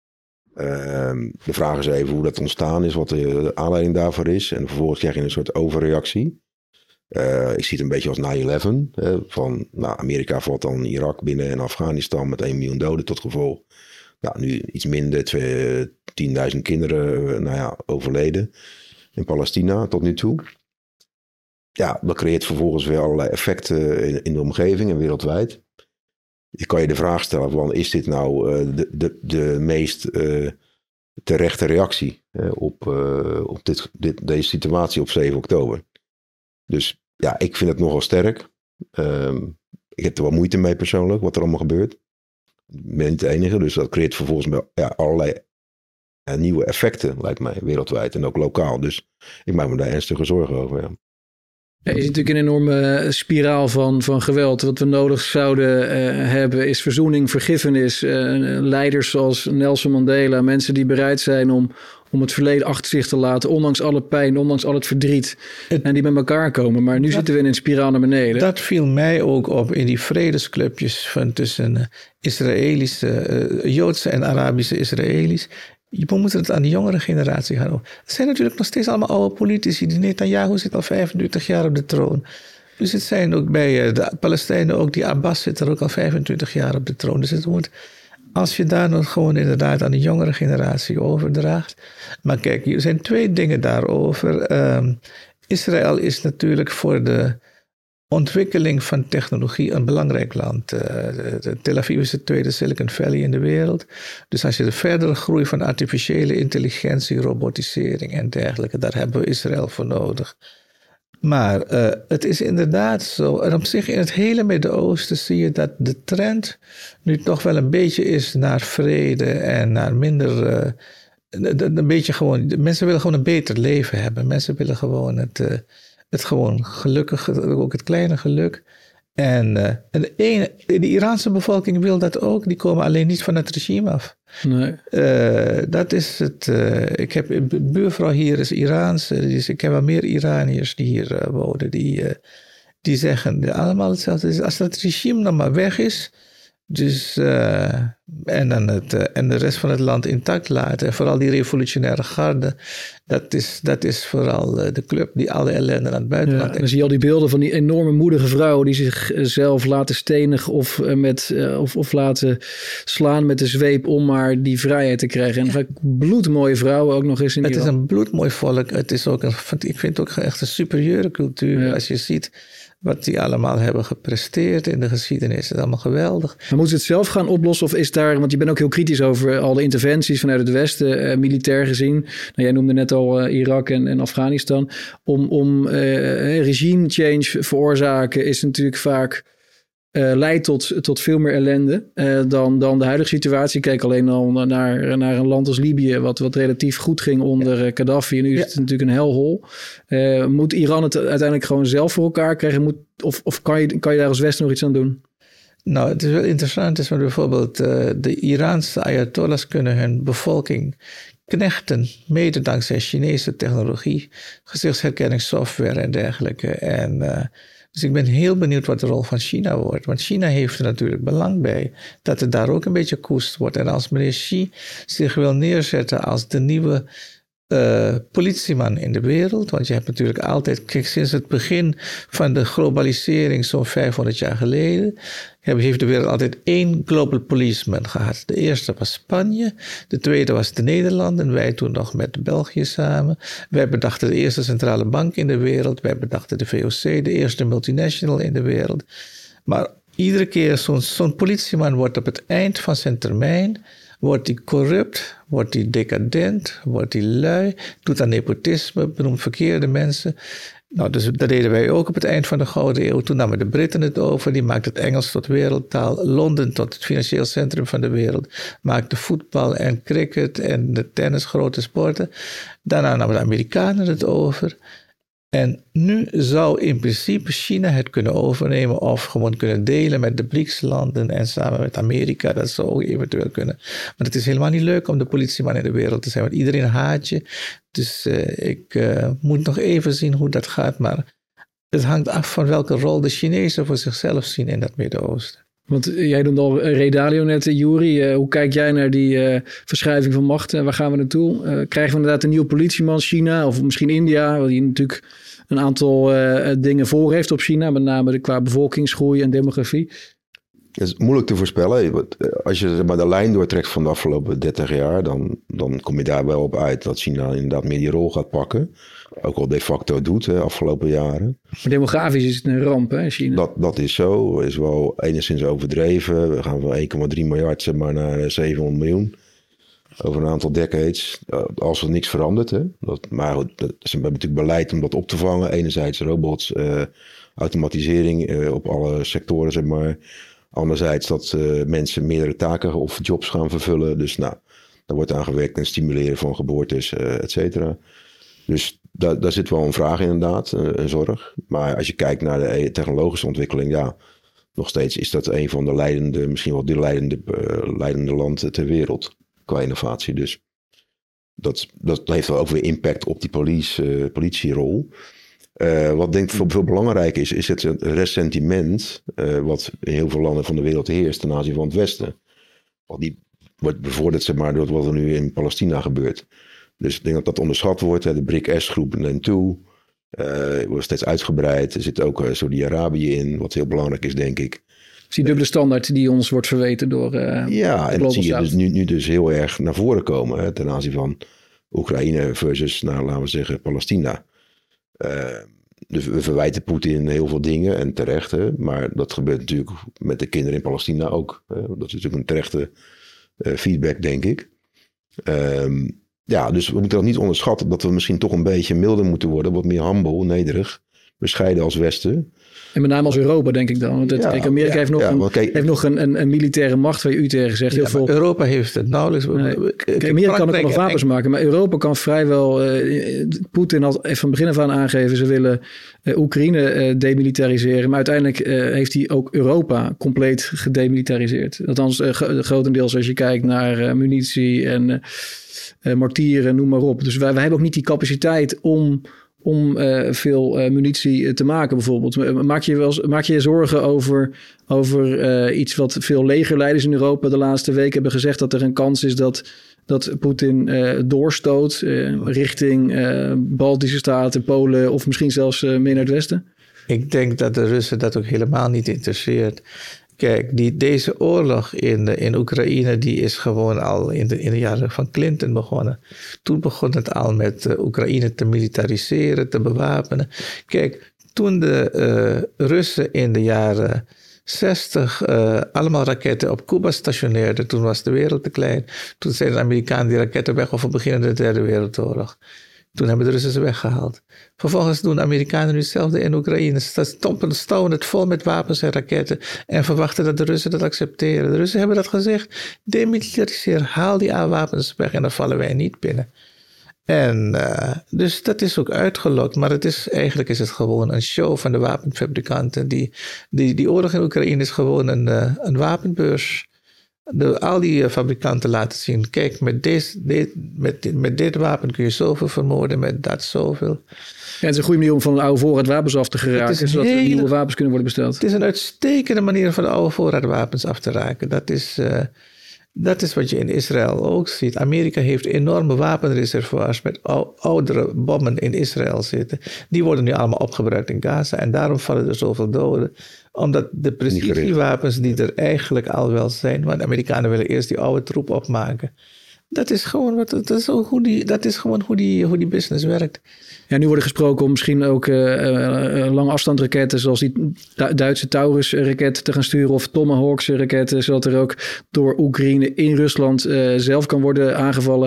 [SPEAKER 2] Uh, de vraag is even hoe dat ontstaan is, wat de aanleiding daarvoor is. En vervolgens krijg je een soort overreactie. Uh, ik zie het een beetje als nine eleven. Uh, van, nou, Amerika valt dan Irak binnen en Afghanistan met één miljoen doden tot gevolg. Nou, nu iets minder, tienduizend kinderen uh, nou ja, overleden in Palestina tot nu toe. Ja, dat creëert vervolgens weer allerlei effecten in, in de omgeving en wereldwijd. Je kan je de vraag stellen van, is dit nou uh, de, de, de meest uh, terechte reactie uh, op, uh, op dit, dit, deze situatie op zeven oktober? Dus ja, ik vind het nogal sterk. Um, ik heb er wel moeite mee persoonlijk, wat er allemaal gebeurt. Ik ben niet de enige, dus dat creëert vervolgens ja, allerlei uh, nieuwe effecten, lijkt mij, wereldwijd en ook lokaal. Dus ik maak me daar ernstige zorgen over, ja.
[SPEAKER 3] Er is natuurlijk een enorme spiraal van, van geweld. Wat we nodig zouden uh, hebben is verzoening, vergiffenis. Uh, leiders zoals Nelson Mandela. Mensen die bereid zijn om, om het verleden achter zich te laten. Ondanks alle pijn, ondanks al het verdriet. Het, en die met elkaar komen. Maar nu dat, zitten we in een spiraal naar beneden.
[SPEAKER 1] Dat viel mij ook op in die vredesclubjes van tussen Israëlische, uh, Joodse en Arabische Israëli's. Je moet het aan de jongere generatie gaan over. Het zijn natuurlijk nog steeds allemaal oude politici. Die Netanyahu zit al vijfentwintig jaar op de troon. Dus het zijn ook bij de Palestijnen ook. Die Abbas zit er ook al vijfentwintig jaar op de troon. Dus het moet, als je daar nog gewoon inderdaad aan de jongere generatie overdraagt. Maar kijk, er zijn twee dingen daarover. Um, Israël is natuurlijk voor de ontwikkeling van technologie een belangrijk land. Uh, Tel Aviv is de tweede Silicon Valley in de wereld. Dus als je de verdere groei van artificiële intelligentie, robotisering en dergelijke, daar hebben we Israël voor nodig. Maar uh, het is inderdaad zo. En op zich in het hele Midden-Oosten zie je dat de trend nu toch wel een beetje is naar vrede en naar minder. Uh, een beetje gewoon. Mensen willen gewoon een beter leven hebben. Mensen willen gewoon het. Uh, Het gewoon gelukkig, ook het kleine geluk. En, uh, en de, ene, de Iraanse bevolking wil dat ook. Die komen alleen niet van het regime af.
[SPEAKER 3] Nee.
[SPEAKER 1] Uh, dat is het. Uh, ik heb een buurvrouw hier is Iraans. Dus ik heb wel meer Iraniërs die hier uh, wonen. Die, uh, die zeggen allemaal hetzelfde. Dus als het regime dan maar weg is. Dus, uh, en, dan het, uh, en de rest van het land intact laten. En vooral die revolutionaire garde. Dat is, dat is vooral uh, de club die alle ellende aan het buitenland...
[SPEAKER 3] Ja, dan zie je al die beelden van die enorme moedige vrouwen... die zichzelf laten stenigen of, uh, met, uh, of, of laten slaan met de zweep... om maar die vrijheid te krijgen. En vaak bloedmooie vrouwen ook nog eens in
[SPEAKER 1] Het
[SPEAKER 3] Iran.
[SPEAKER 1] is een bloedmooi volk. Het is ook een, ik vind het ook echt een superieure cultuur. Ja. Als je ziet... wat die allemaal hebben gepresteerd in de geschiedenis. Het is allemaal geweldig.
[SPEAKER 3] Maar moeten ze het zelf gaan oplossen? Of is daar, want je bent ook heel kritisch over al de interventies vanuit het Westen, uh, militair gezien. Nou, jij noemde net al uh, Irak en, en Afghanistan. Om, om uh, regime change veroorzaken is natuurlijk vaak... Uh, leidt tot, tot veel meer ellende uh, dan, dan de huidige situatie. Kijk alleen al naar, naar een land als Libië... wat, wat relatief goed ging onder uh, Gaddafi. En nu is ja. het natuurlijk een hellhol. Uh, moet Iran het uiteindelijk gewoon zelf voor elkaar krijgen? Moet, of of kan, je, kan je daar als Westen nog iets aan doen?
[SPEAKER 1] Nou, het is wel interessant. Is bijvoorbeeld uh, de Iraanse Ayatollahs kunnen hun bevolking knechten... mede dankzij Chinese technologie... gezichtsherkenningssoftware en dergelijke. En... Uh, Dus ik ben heel benieuwd wat de rol van China wordt. Want China heeft er natuurlijk belang bij dat het daar ook een beetje koest wordt. En als meneer Xi zich wil neerzetten als de nieuwe uh, politieman in de wereld. Want je hebt natuurlijk altijd, kijk, sinds het begin van de globalisering zo'n vijfhonderd jaar geleden... heeft de wereld altijd één global policeman gehad. De eerste was Spanje, de tweede was de Nederlanden, wij toen nog met België samen. Wij bedachten de eerste centrale bank in de wereld, wij bedachten de V O C, de eerste multinational in de wereld. Maar iedere keer zo'n, zo'n politieman wordt op het eind van zijn termijn, wordt hij corrupt, wordt hij decadent, wordt hij lui, doet aan nepotisme, benoemt verkeerde mensen. Nou, dus dat deden wij ook op het eind van de Gouden Eeuw. Toen namen de Britten het over. Die maakten het Engels tot wereldtaal. Londen tot het financieel centrum van de wereld. Maakte voetbal en cricket en de tennis grote sporten. Daarna namen de Amerikanen het over. En nu zou in principe China het kunnen overnemen of gewoon kunnen delen met de B R I C S-landen en samen met Amerika. Dat zou eventueel kunnen. Maar het is helemaal niet leuk om de politieman in de wereld te zijn, want iedereen haat je. Dus uh, ik uh, moet nog even zien hoe dat gaat, maar het hangt af van welke rol de Chinezen voor zichzelf zien in dat Midden-Oosten.
[SPEAKER 3] Want jij noemde al Ray Dalio net, Yuri. Uh, hoe kijk jij naar die uh, verschuiving van macht? Uh, waar gaan we naartoe? Uh, krijgen we inderdaad een nieuwe politieman, China of misschien India, wat die natuurlijk een aantal uh, dingen voor heeft op China, met name qua bevolkingsgroei en demografie?
[SPEAKER 2] Het is moeilijk te voorspellen. Als je maar de lijn doortrekt van de afgelopen dertig jaar, dan, dan kom je daar wel op uit dat China inderdaad meer die rol gaat pakken. Ook al de facto doet de afgelopen jaren.
[SPEAKER 3] Maar demografisch is het een ramp, hè, China?
[SPEAKER 2] Dat, dat is zo. Is wel enigszins overdreven. We gaan van één komma drie miljard zeg maar, naar zevenhonderd miljoen. Over een aantal decades. Als er niks verandert. Hè. Dat, maar goed, dat, ze hebben natuurlijk beleid om dat op te vangen. Enerzijds robots, uh, automatisering uh, op alle sectoren, zeg maar. Anderzijds dat uh, mensen meerdere taken of jobs gaan vervullen. Dus nou, daar wordt aan gewerkt en stimuleren van geboortes, uh, et cetera. Dus daar, daar zit wel een vraag inderdaad, een, een zorg. Maar als je kijkt naar de technologische ontwikkeling, ja, nog steeds is dat een van de leidende, misschien wel de leidende, uh, leidende landen ter wereld qua innovatie. Dus dat, dat heeft wel ook weer impact op die politie, uh, politierol. Uh, wat denk ik veel, veel belangrijker is, is het ressentiment uh, wat in heel veel landen van de wereld heerst ten aanzien van het Westen. Wat niet wordt bevorderd, zeg maar, door wat er nu in Palestina gebeurt. Dus ik denk dat dat onderschat wordt. Hè. De B R I C S-groep neemt toe. Uh, wordt steeds uitgebreid. Er zit ook uh, Saudi-Arabië in, wat heel belangrijk is, denk ik.
[SPEAKER 3] Dus die dubbele standaard die ons wordt verweten door uh,
[SPEAKER 2] ja, en dat zie je dus nu, nu dus heel erg naar voren komen. Hè, ten aanzien van Oekraïne versus, nou, laten we zeggen, Palestina. Uh, dus we verwijten Poetin heel veel dingen en terecht. Hè, maar dat gebeurt natuurlijk met de kinderen in Palestina ook. Hè. Dat is natuurlijk een terechte uh, feedback, denk ik. Um, Ja, dus we moeten dat niet onderschatten dat we misschien toch een beetje milder moeten worden. Wat meer humble, nederig, bescheiden als Westen.
[SPEAKER 3] En met name als Europa, denk ik dan. Want het,
[SPEAKER 2] ja,
[SPEAKER 3] kijk, Amerika
[SPEAKER 2] ja,
[SPEAKER 3] heeft nog,
[SPEAKER 2] ja,
[SPEAKER 3] een,
[SPEAKER 2] kijk,
[SPEAKER 3] heeft nog een, een, een militaire macht, waar je u tegen zegt. Heel
[SPEAKER 1] ja,
[SPEAKER 3] veel...
[SPEAKER 1] Europa heeft het nauwelijks.
[SPEAKER 3] Nee. Kijk, Amerika kan ook nog wapens maken, maar Europa kan vrijwel... Uh, Poetin had van begin af aan aangegeven, ze willen uh, Oekraïne uh, demilitariseren. Maar uiteindelijk uh, heeft hij ook Europa compleet gedemilitariseerd. Althans, uh, grotendeels als je kijkt naar uh, munitie en uh, uh, mortieren, noem maar op. Dus wij, wij hebben ook niet die capaciteit om... om uh, veel uh, munitie te maken bijvoorbeeld. Maak je, wel, maak je je zorgen over, over uh, iets wat veel legerleiders in Europa de laatste week hebben gezegd, dat er een kans is dat, dat Poetin uh, doorstoot uh, richting uh, Baltische Staten, Polen of misschien zelfs uh, meer naar het westen?
[SPEAKER 1] Ik denk dat de Russen dat ook helemaal niet interesseert. Kijk, die, deze oorlog in, in Oekraïne, die is gewoon al in de, in de jaren van Clinton begonnen. Toen begon het al met uh, Oekraïne te militariseren, te bewapenen. Kijk, toen de uh, Russen in de jaren zestig uh, allemaal raketten op Cuba stationeerden, toen was de wereld te klein. Toen zeiden de Amerikanen die raketten weg of we beginnen de Derde Wereldoorlog. Toen hebben de Russen ze weggehaald. Vervolgens doen de Amerikanen nu hetzelfde in Oekraïne. Ze stompen, stouwen het vol met wapens en raketten en verwachten dat de Russen dat accepteren. De Russen hebben dat gezegd. Demilitariseer, haal die wapens weg en dan vallen wij niet binnen. En uh, dus dat is ook uitgelokt. Maar het is, eigenlijk is het gewoon een show van de wapenfabrikanten. Die, die, die oorlog in Oekraïne is gewoon een, uh, een wapenbeurs. De, al die uh, fabrikanten laten zien, kijk, met, deze, dit, met, met dit wapen kun je zoveel vermoorden, met dat zoveel.
[SPEAKER 3] Ja, het is een goede manier om van een oude voorraad wapens af te geraken, zodat hele, er nieuwe wapens kunnen worden besteld.
[SPEAKER 1] Het is een uitstekende manier van de oude voorraad wapens af te raken. Dat is, uh, dat is wat je in Israël ook ziet. Amerika heeft enorme wapenreservoirs met ou, oudere bommen in Israël zitten. Die worden nu allemaal opgebruikt in Gaza en daarom vallen er zoveel doden. Omdat de precisiewapens die er eigenlijk al wel zijn, want de Amerikanen willen eerst die oude troep opmaken. Dat is gewoon, wat, dat is hoe, die, dat is gewoon hoe, die, hoe die business werkt.
[SPEAKER 3] Ja, nu wordt er gesproken om misschien ook uh, uh, lange afstandsraketten zoals die Du- Duitse Taurus-raket te gaan sturen of Tomahawks-raketten, zodat er ook door Oekraïne in Rusland uh, zelf kan worden aangevallen.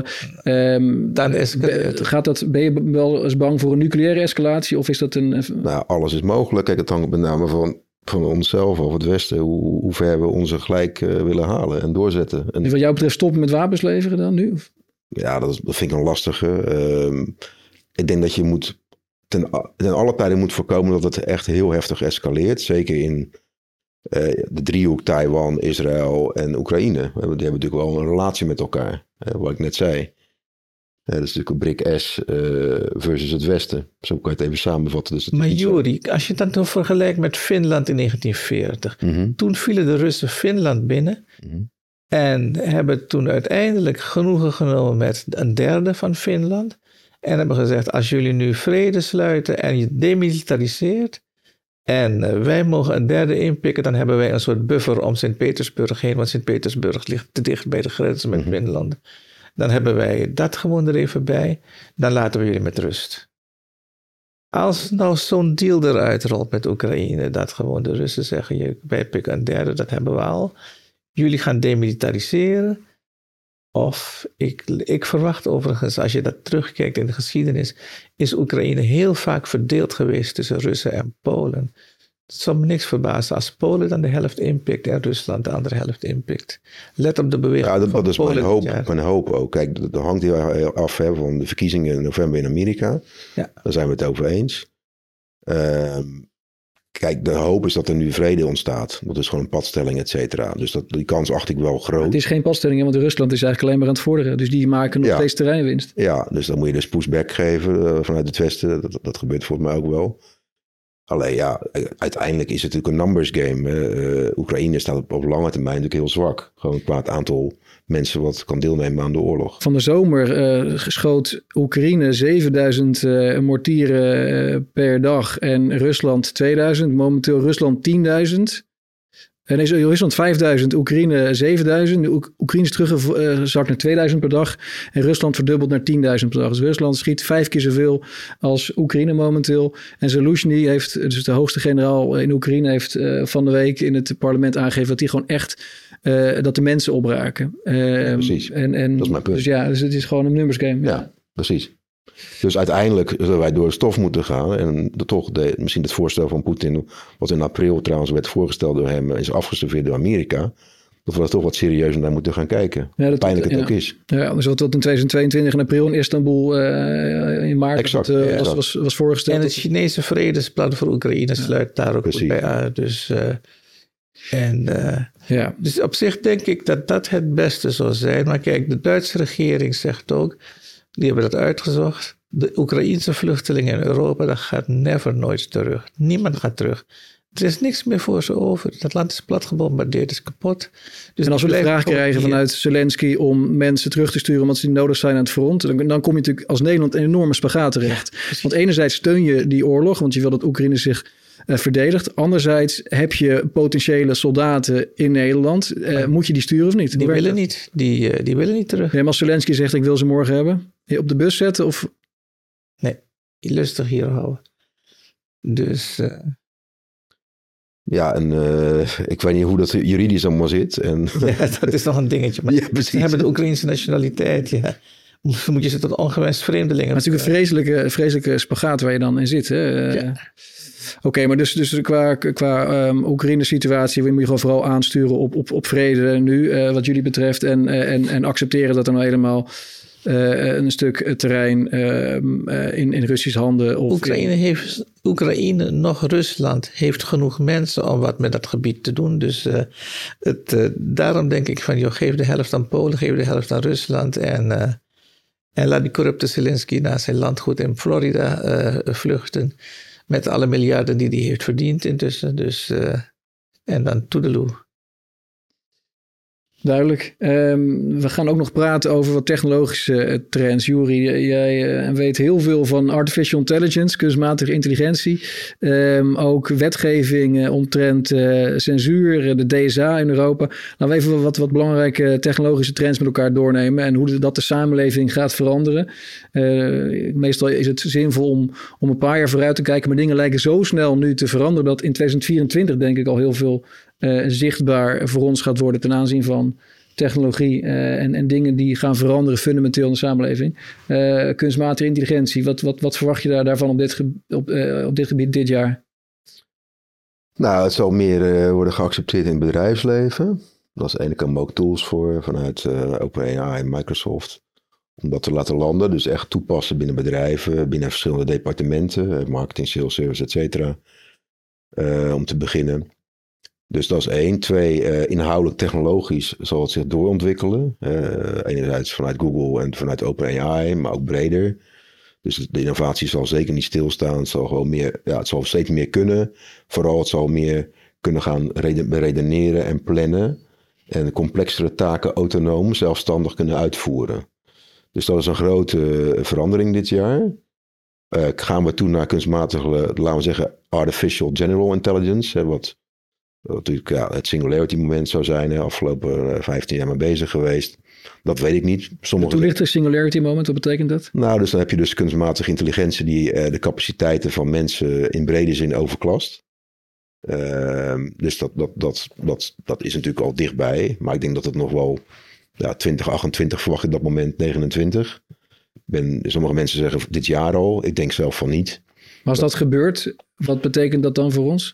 [SPEAKER 3] Um,
[SPEAKER 1] Dan escaleert.
[SPEAKER 3] Gaat dat, ben je wel eens bang voor een nucleaire escalatie of is dat een...
[SPEAKER 2] Nou, alles is mogelijk. Kijk, het hangt met name van... van onszelf of het Westen, hoe, hoe ver we onze gelijk uh, willen halen en doorzetten. En,
[SPEAKER 3] en wat jou betreft stoppen met wapens leveren dan nu? Of?
[SPEAKER 2] Ja, dat, is, dat vind ik een lastige. Uh, ik denk dat je moet ten, ten alle tijden moet voorkomen dat het echt heel heftig escaleert. Zeker in uh, de driehoek Taiwan, Israël en Oekraïne. Die hebben natuurlijk wel een relatie met elkaar, uh, wat ik net zei. Ja, dat is natuurlijk een B R I C S uh, versus het Westen. Zo kan je het even samenvatten. Dus
[SPEAKER 1] maar Juri, als je dat dan vergelijkt met Finland in negentien veertig. Mm-hmm. Toen vielen de Russen Finland binnen. Mm-hmm. En hebben toen uiteindelijk genoegen genomen met een derde van Finland. En hebben gezegd, als jullie nu vrede sluiten en je demilitariseert. En uh, wij mogen een derde inpikken, dan hebben wij een soort buffer om Sint-Petersburg heen. Want Sint-Petersburg ligt te dicht bij de grens met mm-hmm. Finland. Dan hebben wij dat gewoon er even bij. Dan laten we jullie met rust. Als nou zo'n deal eruit rolt met Oekraïne, dat gewoon de Russen zeggen, wij pikken een derde, dat hebben we al. Jullie gaan demilitariseren. Of, ik, ik verwacht overigens, als je dat terugkijkt in de geschiedenis, is Oekraïne heel vaak verdeeld geweest tussen Russen en Polen. Het zal me niks verbazen als Polen dan de helft inpikt en Rusland de andere helft inpikt. Let op de beweging.
[SPEAKER 2] Ja, dat,
[SPEAKER 1] van
[SPEAKER 2] dat is
[SPEAKER 1] Polen
[SPEAKER 2] mijn
[SPEAKER 1] dit
[SPEAKER 2] hoop,
[SPEAKER 1] jaar.
[SPEAKER 2] mijn hoop ook. Kijk, dat, dat hangt heel af hè, van de verkiezingen in november in Amerika.
[SPEAKER 1] Ja.
[SPEAKER 2] Daar zijn we het over eens. Uh, kijk, de hoop is dat er nu vrede ontstaat. Dat is gewoon een padstelling, et cetera. Dus dat, die kans acht ik wel groot.
[SPEAKER 3] Het is geen padstelling, want Rusland is eigenlijk alleen maar aan het vorderen. Dus die maken nog
[SPEAKER 2] Ja.
[SPEAKER 3] steeds terreinwinst.
[SPEAKER 2] Ja, dus dan moet je dus pushback geven uh, vanuit het westen. Dat, dat gebeurt volgens mij ook wel. Alleen ja, uiteindelijk is het natuurlijk een numbers game. Uh, Oekraïne staat op, op lange termijn natuurlijk heel zwak. Gewoon qua het aantal mensen wat kan deelnemen aan de oorlog.
[SPEAKER 3] Van de zomer uh, schoot Oekraïne zevenduizend uh, mortieren uh, per dag en Rusland tweeduizend. Momenteel Rusland tienduizend. En is Rusland vijfduizend, Oekraïne zevenduizend. Oek- Oekraïne is teruggezakt naar tweeduizend per dag. En Rusland verdubbelt naar tienduizend per dag. Dus Rusland schiet vijf keer zoveel als Oekraïne momenteel. En Zelensky heeft, dus de hoogste generaal in Oekraïne, heeft uh, van de week in het parlement aangegeven dat die gewoon echt uh, dat de mensen opraken. Uh,
[SPEAKER 2] Ja, precies.
[SPEAKER 3] En, en,
[SPEAKER 2] Dat is mijn punt.
[SPEAKER 3] Dus ja, dus het is gewoon een numbers game.
[SPEAKER 2] Ja,
[SPEAKER 3] Ja.
[SPEAKER 2] precies. Dus uiteindelijk zullen wij door de stof moeten gaan. En de, toch de, misschien het voorstel van Poetin, wat in april trouwens werd voorgesteld door hem, is afgeserveerd door Amerika. Dat we er toch wat serieuzer naar moeten gaan kijken.
[SPEAKER 3] Ja, dat-
[SPEAKER 2] Pijnlijk het
[SPEAKER 3] ja.
[SPEAKER 2] ook is.
[SPEAKER 3] Ja, dus wat, wat in tweeduizend tweeëntwintig in april in Istanbul uh, in maart
[SPEAKER 2] Exact,
[SPEAKER 3] wat, uh,
[SPEAKER 2] ja.
[SPEAKER 3] was, was, was voorgesteld.
[SPEAKER 1] En het Chinese vredesplan voor Oekraïne sluit daar ook
[SPEAKER 2] Precies.
[SPEAKER 1] bij aan. Dus, uh, en, uh,
[SPEAKER 3] Ja.
[SPEAKER 1] dus op zich denk ik dat dat het beste zou zijn. Maar kijk, de Duitse regering zegt ook, die hebben dat uitgezocht. De Oekraïense vluchtelingen in Europa, dat gaat never nooit terug. Niemand gaat terug. Er is niks meer voor ze over. Het land is plat gebombardeerd, is kapot. Dus
[SPEAKER 3] En als we de
[SPEAKER 1] blijven
[SPEAKER 3] vraag
[SPEAKER 1] gewoon
[SPEAKER 3] krijgen
[SPEAKER 1] hier.
[SPEAKER 3] vanuit Zelensky om mensen terug te sturen omdat ze niet nodig zijn aan het front, dan, dan kom je natuurlijk als Nederland in een enorme spagaat terecht. Want enerzijds steun je die oorlog, want je wil dat Oekraïne zich uh, verdedigt. Anderzijds heb je potentiële soldaten in Nederland. Uh, moet je die sturen of niet?
[SPEAKER 1] Die
[SPEAKER 3] Hoe werkt
[SPEAKER 1] willen
[SPEAKER 3] dat?
[SPEAKER 1] niet. Die, uh, die willen niet terug.
[SPEAKER 3] Nee, maar als Zelensky zegt ik wil ze morgen hebben, je op de bus zetten of...
[SPEAKER 1] Nee, die lustig hier houden. Dus... Uh,
[SPEAKER 2] Ja, en uh, ik weet niet hoe dat juridisch allemaal zit. En,
[SPEAKER 1] ja, dat is nog een dingetje. Maar
[SPEAKER 2] Ja, precies.
[SPEAKER 1] ze hebben de Oekraïnse nationaliteit, ja. Moet je ze tot ongewenst vreemdelingen...
[SPEAKER 3] Maar het is natuurlijk een vreselijke, vreselijke spagaat waar je dan in zit. Hè?
[SPEAKER 1] Ja.
[SPEAKER 3] Oké, okay, maar dus, dus qua, qua um, Oekraïne-situatie moet je gewoon vooral aansturen op, op, op vrede nu, uh, wat jullie betreft. En, uh, en, en accepteren dat er nou helemaal uh, een stuk terrein uh, uh, in, in Russisch handen... Of
[SPEAKER 1] Oekraïne,
[SPEAKER 3] in...
[SPEAKER 1] heeft, Oekraïne, nog Rusland, heeft genoeg mensen om wat met dat gebied te doen. Dus uh, het, uh, daarom denk ik van, joh, geef de helft aan Polen, geef de helft aan Rusland. En, uh, en laat die corrupte Zelensky naar zijn landgoed in Florida uh, vluchten. Met alle miljarden die hij heeft verdiend intussen. Dus, uh, en dan toedeloe.
[SPEAKER 3] Duidelijk. Um, we gaan ook nog praten over wat technologische trends. Juri, jij uh, weet heel veel van artificial intelligence, kunstmatige intelligentie. Um, ook wetgeving uh, omtrent uh, censuur, de D S A in Europa. Laten we even wat, wat belangrijke technologische trends met elkaar doornemen en hoe de, dat de samenleving gaat veranderen. Uh, meestal is het zinvol om, om een paar jaar vooruit te kijken, maar dingen lijken zo snel nu te veranderen dat in tweeduizend vierentwintig denk ik al heel veel Uh, zichtbaar voor ons gaat worden ten aanzien van technologie uh, en, en dingen die gaan veranderen fundamenteel in de samenleving. Uh, kunstmatige intelligentie, wat, wat, wat verwacht je daar, daarvan op dit, ge, op, uh, op dit gebied dit jaar?
[SPEAKER 2] Nou, het zal meer uh, worden geaccepteerd in het bedrijfsleven. Dat is aan de ene kant ook tools voor vanuit uh, OpenAI en Microsoft. Om dat te laten landen, dus echt toepassen binnen bedrijven, binnen verschillende departementen, marketing, sales, service, et cetera. Uh, om te beginnen. Dus dat is één. Twee, uh, inhoudelijk technologisch zal het zich doorontwikkelen. Uh, enerzijds vanuit Google en vanuit OpenAI, maar ook breder. Dus de innovatie zal zeker niet stilstaan. Het zal gewoon meer, ja, het zal steeds meer kunnen. Vooral het zal meer kunnen gaan redeneren en plannen. En complexere taken autonoom, zelfstandig kunnen uitvoeren. Dus dat is een grote verandering dit jaar. Uh, gaan we toe naar kunstmatige, laten we zeggen, artificial general intelligence. Hè, wat Wat natuurlijk ja, het singularity moment zou zijn. Hè, afgelopen vijftien jaar mee bezig geweest. Dat weet ik niet. Sommige...
[SPEAKER 3] Toen ligt er singularity moment, wat betekent dat?
[SPEAKER 2] Nou, dus dan heb je dus kunstmatige intelligentie die uh, de capaciteiten van mensen in brede zin overklast. Uh, dus dat, dat, dat, dat, dat is natuurlijk al dichtbij. Maar ik denk dat het nog wel ja, twintig achtentwintig verwacht ik dat moment, negenentwintig. Ben, sommige mensen zeggen dit jaar al. Ik denk zelf van niet.
[SPEAKER 3] Maar als dat gebeurt, wat betekent dat dan voor ons?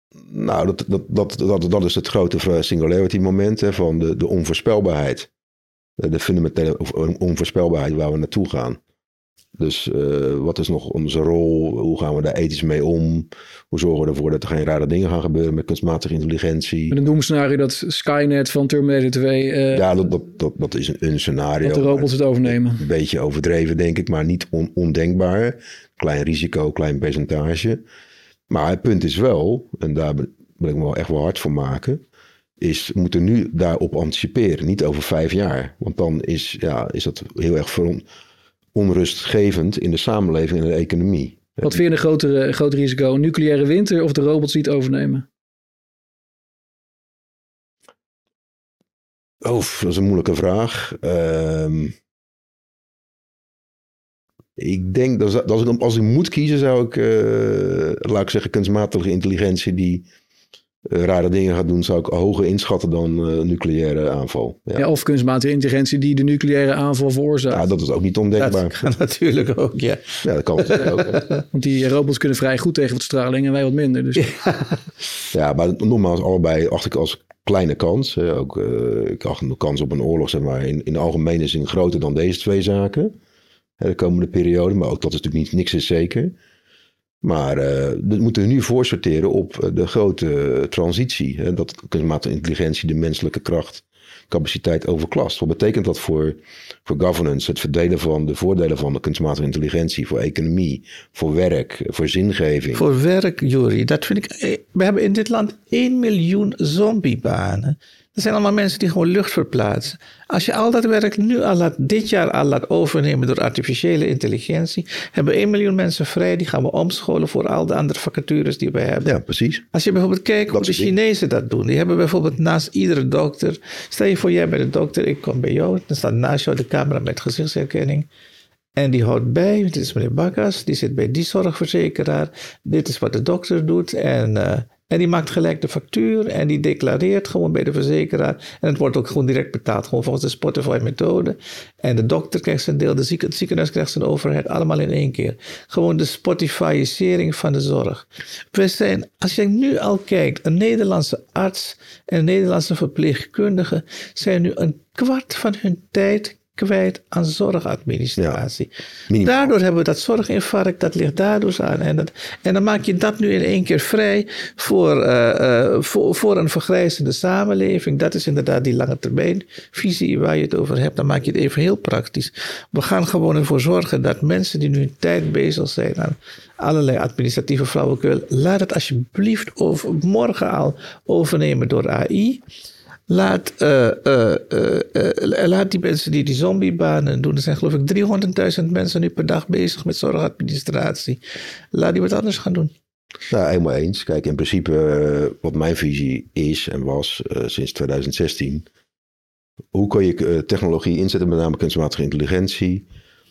[SPEAKER 2] Nou, dat, dat, dat, dat, dat is het grote singularity moment hè, van de, de onvoorspelbaarheid. De fundamentele onvoorspelbaarheid waar we naartoe gaan. Dus uh, wat is nog onze rol? Hoe gaan we daar ethisch mee om? Hoe zorgen we ervoor dat er geen rare dingen gaan gebeuren met kunstmatige intelligentie?
[SPEAKER 3] Met een doemscenario dat Skynet van Terminator twee... Uh,
[SPEAKER 2] ja, dat, dat, dat, dat is een, een scenario.
[SPEAKER 3] Dat de robots het overnemen.
[SPEAKER 2] Een beetje overdreven, denk ik, maar niet on, ondenkbaar. Klein risico, klein percentage. Maar het punt is wel, en daar wil ik me wel echt wel hard voor maken, is we moeten nu daarop anticiperen. Niet over vijf jaar. Want dan is, ja, is dat heel erg veron, onrustgevend in de samenleving en de economie.
[SPEAKER 3] Wat vind je een grotere, groter risico? Een nucleaire winter of de robots die het overnemen?
[SPEAKER 2] Oh, dat is een moeilijke vraag. Um, ik denk dat als ik, als ik moet kiezen, zou ik, uh, laat ik zeggen, kunstmatige intelligentie die uh, rare dingen gaat doen, zou ik hoger inschatten dan uh, nucleaire aanval. Ja.
[SPEAKER 3] Ja, of kunstmatige intelligentie die de nucleaire aanval veroorzaakt.
[SPEAKER 2] Ja, dat is ook niet ondenkbaar.
[SPEAKER 1] Dat kan natuurlijk ook, ja.
[SPEAKER 2] Ja, dat kan natuurlijk ook. Hè.
[SPEAKER 3] Want die robots kunnen vrij goed tegen wat straling en wij wat minder. Dus.
[SPEAKER 2] Ja. Ja, maar nogmaals, allebei acht ik als kleine kans. Hè. Ook, uh, ik acht de kans op een oorlog, zeg maar, in, in de algemene zin groter dan deze twee zaken. De komende periode, maar ook dat is natuurlijk niet, niks is zeker. Maar uh, we moeten nu voorsorteren op de grote transitie. Hè, dat kunstmatige intelligentie de menselijke kracht, capaciteit overklast. Wat betekent dat voor, voor governance? Het verdelen van de voordelen van de kunstmatige intelligentie voor economie, voor werk, voor zingeving.
[SPEAKER 1] Voor werk, Juri, dat vind ik. We hebben in dit land één miljoen zombiebanen. Dat zijn allemaal mensen die gewoon lucht verplaatsen. Als je al dat werk nu al laat, dit jaar al laat overnemen door artificiële intelligentie, hebben we één miljoen mensen vrij. Die gaan we omscholen voor al de andere vacatures die we hebben.
[SPEAKER 2] Ja, precies.
[SPEAKER 1] Als je bijvoorbeeld kijkt hoe de Chinezen dat doen. Die hebben bijvoorbeeld naast iedere dokter. Stel je voor, jij bent de dokter, ik kom bij jou. Dan staat naast jou de camera met gezichtsherkenning. En die houdt bij, dit is meneer Bakkas, die zit bij die zorgverzekeraar. Dit is wat de dokter doet en... Uh, En die maakt gelijk de factuur en die declareert gewoon bij de verzekeraar. En het wordt ook gewoon direct betaald, gewoon volgens de Spotify-methode. En de dokter krijgt zijn deel, de zieken, het ziekenhuis krijgt zijn overheid, allemaal in één keer. Gewoon de Spotifyisering van de zorg. We zijn, als je nu al kijkt, een Nederlandse arts en een Nederlandse verpleegkundige zijn nu een kwart van hun tijd kwijt aan zorgadministratie. Ja, daardoor hebben we dat zorginfarct, dat ligt daardoor aan. En, dat, en dan maak je dat nu in één keer vrij voor, uh, uh, voor, voor een vergrijzende samenleving. Dat is inderdaad die lange termijn visie waar je het over hebt. Dan maak je het even heel praktisch. We gaan gewoon ervoor zorgen dat mensen die nu een tijd bezig zijn aan allerlei administratieve flauwekul, laat het alsjeblieft over, morgen al overnemen door A I. Laat, uh, uh, uh, uh, laat die mensen die die zombiebanen doen. Er zijn geloof ik driehonderdduizend mensen nu per dag bezig met zorgadministratie. Laat die wat anders gaan doen.
[SPEAKER 2] Nou, helemaal eens. Kijk, in principe uh, wat mijn visie is en was uh, sinds twintig zestien. Hoe kan je uh, technologie inzetten, met name kunstmatige intelligentie,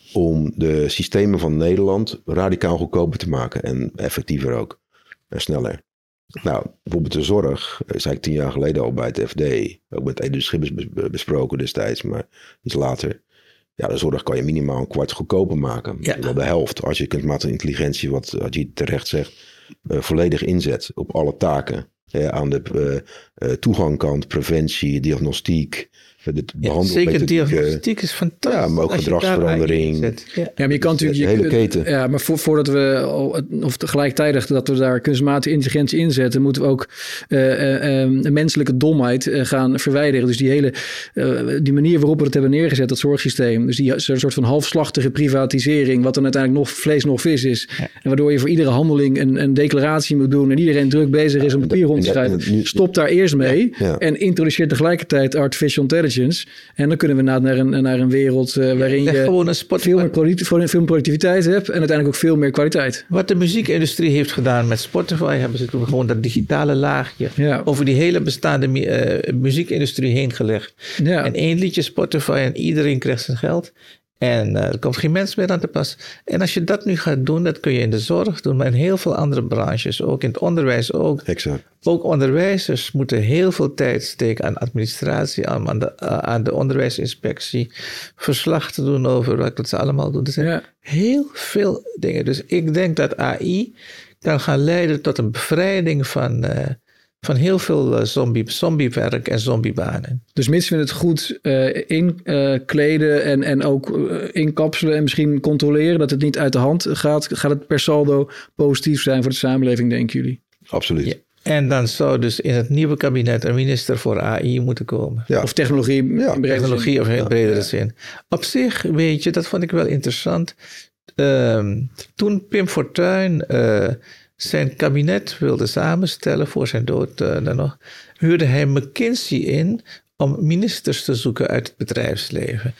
[SPEAKER 2] om de systemen van Nederland radicaal goedkoper te maken. En effectiever ook. En sneller. Nou, bijvoorbeeld de zorg, dat zei ik tien jaar geleden al bij het F D, ook met Edwin Schippers besproken destijds, maar iets later. Ja, de zorg kan je minimaal een kwart goedkoper maken. Ja. Wel de helft, als je kunstmatige intelligentie, wat Ajit terecht zegt, uh, volledig inzet op alle taken. Ja, aan de uh, uh, toegangkant, preventie, diagnostiek.
[SPEAKER 1] Ja, zeker diagnostiek is fantastisch.
[SPEAKER 2] Ja, maar ook gedragsverandering. Ja.
[SPEAKER 3] ja, maar je kan natuurlijk...
[SPEAKER 2] De hele je, keten.
[SPEAKER 3] Ja, maar vo, voordat we, of gelijktijdig dat we daar kunstmatige intelligentie inzetten, moeten we ook uh, uh, menselijke domheid uh, gaan verwijderen. Dus die hele, uh, die manier waarop we het hebben neergezet, dat zorgsysteem. Dus die een soort van halfslachtige privatisering, wat dan uiteindelijk nog vlees nog vis is. Ja. En waardoor je voor iedere handeling een, een declaratie moet doen en iedereen druk bezig is om papier rond te schrijven. Stop daar eerst mee ja, ja. en introduceer tegelijkertijd artificial intelligence. En dan kunnen we naar een, naar een wereld uh, waarin ja, je veel meer, product, veel meer productiviteit hebt en uiteindelijk ook veel meer kwaliteit.
[SPEAKER 1] Wat de muziekindustrie heeft gedaan met Spotify, hebben ze toen gewoon dat digitale laagje ja. over die hele bestaande uh, muziekindustrie heen gelegd. Ja. En één liedje Spotify en iedereen krijgt zijn geld. En uh, er komt geen mens meer aan te pas. En als je dat nu gaat doen, dat kun je in de zorg doen, maar in heel veel andere branches, ook in het onderwijs ook.
[SPEAKER 2] Exact.
[SPEAKER 1] Ook onderwijzers moeten heel veel tijd steken aan administratie, aan de, aan de onderwijsinspectie, verslag te doen over wat ze allemaal doen. Er zijn ja. heel veel dingen. Dus ik denk dat A I kan gaan leiden tot een bevrijding van, uh, van heel veel uh, zombie, zombiewerk en zombiebanen.
[SPEAKER 3] Dus mits we het goed uh, inkleden uh, en, en ook uh, inkapselen en misschien controleren dat het niet uit de hand gaat, gaat het per saldo positief zijn voor de samenleving, denken jullie?
[SPEAKER 2] Absoluut.
[SPEAKER 1] Ja. En dan zou dus in het nieuwe kabinet een minister voor A I moeten komen.
[SPEAKER 3] Ja. Of technologie.
[SPEAKER 1] Ja, in technologie zin. Of in ja. bredere ja. zin. Op zich, weet je, dat vond ik wel interessant. Uh, toen Pim Fortuyn uh, zijn kabinet wilde samenstellen voor zijn dood uh, dan nog, huurde hij McKinsey in om ministers te zoeken uit het bedrijfsleven.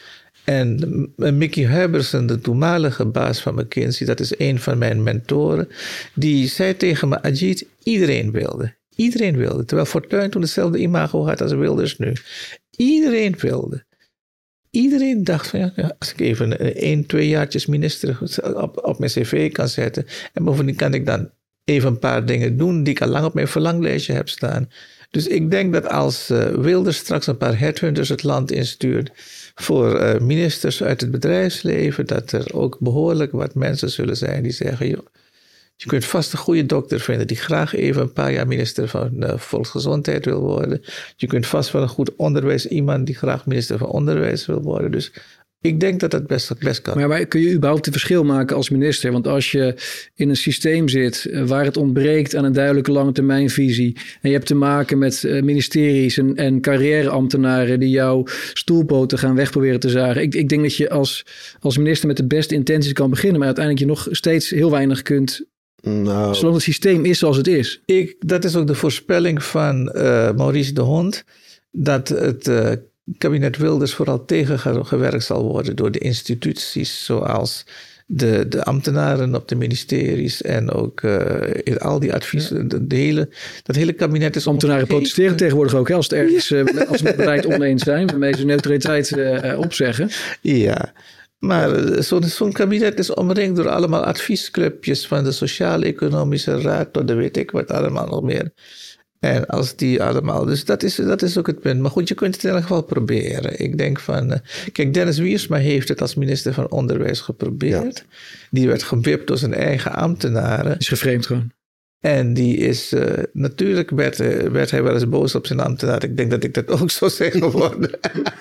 [SPEAKER 1] En Mickey Huibersen, de toenmalige baas van McKinsey, dat is een van mijn mentoren, die zei tegen me, Ajit, iedereen wilde. Iedereen wilde. Terwijl Fortuyn toen hetzelfde imago had als Wilders nu. Iedereen wilde. Iedereen dacht van, ja, als ik even één, twee jaartjes minister op, op mijn cv kan zetten, en bovendien kan ik dan even een paar dingen doen die ik al lang op mijn verlanglijstje heb staan. Dus ik denk dat als uh, Wilders straks een paar headhunters het land instuurt voor uh, ministers uit het bedrijfsleven, dat er ook behoorlijk wat mensen zullen zijn die zeggen, joh, je kunt vast een goede dokter vinden die graag even een paar jaar minister van uh, Volksgezondheid wil worden. Je kunt vast wel een goed onderwijs iemand die graag minister van Onderwijs wil worden. Dus ik denk dat dat best, best kan.
[SPEAKER 3] Maar, maar kun je überhaupt een verschil maken als minister? Want als je in een systeem zit waar het ontbreekt aan een duidelijke langetermijnvisie en je hebt te maken met ministeries en, en carrièreambtenaren die jouw stoelpoten gaan wegproberen te zagen. Ik, ik denk dat je als, als minister met de beste intenties kan beginnen, maar uiteindelijk je nog steeds heel weinig kunt. Nou, zolang het systeem is zoals het is.
[SPEAKER 1] Ik, dat is ook de voorspelling van uh, Maurice de Hond, dat het uh, kabinet Wilders vooral tegengewerkt zal worden door de instituties zoals de, de ambtenaren op de ministeries en ook uh, al die adviezen. Ja. De, de hele, dat hele kabinet is...
[SPEAKER 3] Ambtenaren omgeven. Protesteren tegenwoordig ook, hè, als, het ergens, ja. uh, als we het beleid oneens zijn, waarmee ze neutraliteit uh, opzeggen.
[SPEAKER 1] Ja. Maar zo'n zo kabinet is omringd door allemaal adviesclubjes van de Sociaal-Economische Raad tot de weet ik wat allemaal nog meer. En als die allemaal, dus dat is, dat is ook het punt. Maar goed, je kunt het in elk geval proberen. Ik denk van, uh, kijk, Dennis Wiersma heeft het als minister van Onderwijs geprobeerd. Ja. Die werd gewipt door zijn eigen ambtenaren.
[SPEAKER 3] Is geframed gewoon.
[SPEAKER 1] En die is, uh, natuurlijk werd, uh, werd hij wel eens boos op zijn ambtenaar. Ik denk dat ik dat ook zou zijn geworden.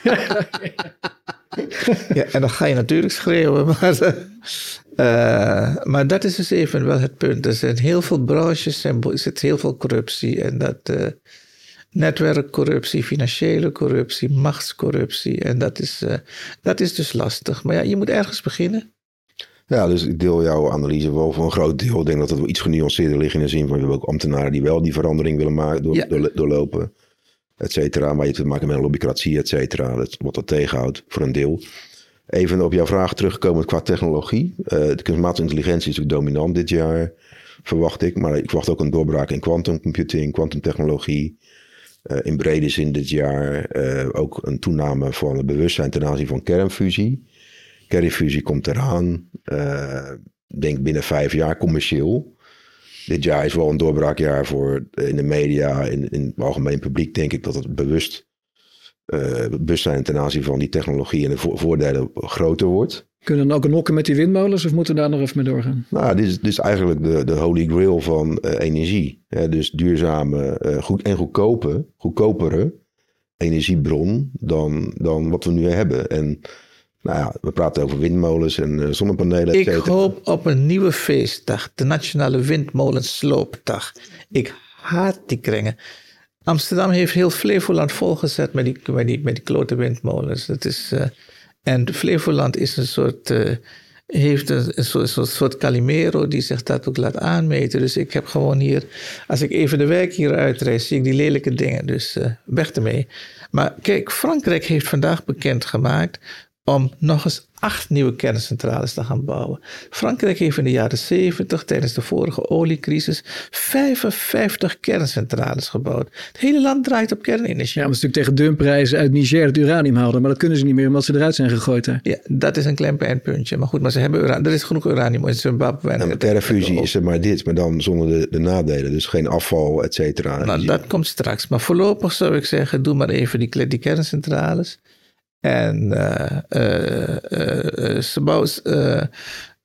[SPEAKER 1] Ja, en dan ga je natuurlijk schreeuwen. Maar, uh, maar dat is dus even wel het punt. Er zijn heel veel branches en er zit heel veel corruptie. En dat uh, netwerkcorruptie, financiële corruptie, machtscorruptie. En dat is, uh, dat is dus lastig. Maar ja, je moet ergens beginnen.
[SPEAKER 2] Ja, dus ik deel jouw analyse wel voor een groot deel. Ik denk dat het wel iets genuanceerder ligt in de zin van we hebben ook ambtenaren die wel die verandering willen maken, door, ja. door, doorlopen, et cetera. Maar je hebt te maken met een lobbycratie, et cetera. Dat, wat dat tegenhoudt voor een deel. Even op jouw vraag terugkomen qua technologie. Uh, de kunstmatige intelligentie is natuurlijk dominant dit jaar, verwacht ik. Maar ik verwacht ook een doorbraak in quantum computing, quantumtechnologie. Uh, in brede zin dit jaar uh, ook een toename van het bewustzijn ten aanzien van kernfusie. Kernfusie komt eraan. Uh, denk binnen vijf jaar commercieel. Dit jaar is wel een doorbraakjaar voor in de media, in, in het algemeen publiek denk ik dat het bewust uh, bewustzijn ten aanzien van die technologie en de vo- voordelen groter wordt.
[SPEAKER 3] Kunnen we dan ook nokken met die windmolens of moeten we daar nog even mee doorgaan?
[SPEAKER 2] Nou, dit is, dit is eigenlijk de, de holy grail van uh, energie. Ja, dus duurzame uh, goed, en goedkope, goedkopere energiebron dan, dan wat we nu hebben. En nou ja, we praten over windmolens en uh, zonnepanelen.
[SPEAKER 1] Ik hoop op een nieuwe feestdag, de Nationale Windmolensloopdag. Ik haat die kringen. Amsterdam heeft heel Flevoland volgezet met die, met die, met die klote windmolens. Dat is, uh, en Flevoland is een soort, uh, heeft een, een, soort, een soort Calimero die zich dat ook laat aanmeten. Dus ik heb gewoon hier, als ik even de wijk hier uitreis, zie ik die lelijke dingen. Dus uh, weg ermee. Maar kijk, Frankrijk heeft vandaag bekendgemaakt om nog eens acht nieuwe kerncentrales te gaan bouwen. Frankrijk heeft in de jaren zeventig, tijdens de vorige oliecrisis, vijfenvijftig kerncentrales gebouwd. Het hele land draait op kernenergie.
[SPEAKER 3] Ja, maar het is natuurlijk tegen dumprijzen uit Niger het uranium haalden. Maar dat kunnen ze niet meer omdat ze eruit zijn gegooid. Hè?
[SPEAKER 1] Ja, dat is een klein pijnpuntje. Maar goed, maar ze hebben uranium. Er is genoeg uranium in Zimbabwe.
[SPEAKER 2] En met kernfusie is er maar dit, maar dan zonder de, de nadelen. Dus geen afval, et cetera.
[SPEAKER 1] Nou, dat komt straks. Maar voorlopig zou ik zeggen, doe maar even die, die kerncentrales. En uh, uh, uh, ze bouwen, uh,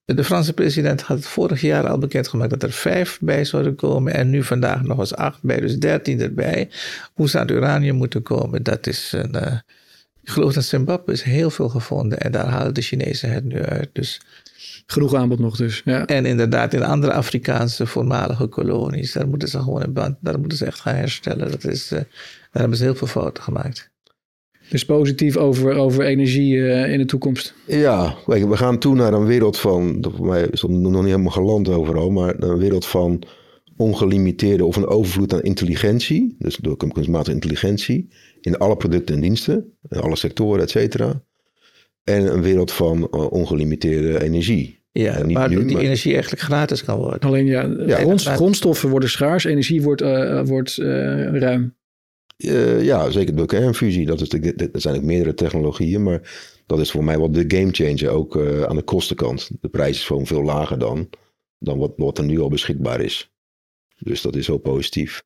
[SPEAKER 1] de Franse president had het vorig jaar al bekendgemaakt dat er vijf bij zouden komen. En nu vandaag nog eens acht bij, dus dertien erbij. Hoe ze aan het uranium moeten komen, dat is een... Uh, ik geloof dat Zimbabwe is heel veel gevonden. En daar halen de Chinezen het nu uit. Dus...
[SPEAKER 3] Genoeg aanbod nog dus. Ja.
[SPEAKER 1] En inderdaad in andere Afrikaanse voormalige kolonies. Daar moeten ze gewoon een band, daar moeten ze echt gaan herstellen. Dat is, uh, daar hebben ze heel veel fouten gemaakt.
[SPEAKER 3] Dus positief over, over energie uh, in de toekomst.
[SPEAKER 2] Ja, we gaan toe naar een wereld van, voor mij is het nog niet helemaal geland overal, maar een wereld van ongelimiteerde of een overvloed aan intelligentie, dus door kunstmatige intelligentie, in alle producten en diensten, in alle sectoren, et cetera. En een wereld van uh, ongelimiteerde energie.
[SPEAKER 1] Ja,
[SPEAKER 2] niet
[SPEAKER 1] waar
[SPEAKER 2] nu,
[SPEAKER 1] die
[SPEAKER 2] maar...
[SPEAKER 1] energie eigenlijk gratis kan worden.
[SPEAKER 3] Alleen ja,
[SPEAKER 2] ja
[SPEAKER 3] grond, grondstoffen worden schaars, energie wordt, uh, wordt uh, ruim.
[SPEAKER 2] Uh, ja, zeker de kernfusie. Dat, is de, dat zijn ook meerdere technologieën, maar dat is voor mij wel de gamechanger ook uh, aan de kostenkant. De prijs is gewoon veel lager dan, dan wat, wat er nu al beschikbaar is. Dus dat is heel positief.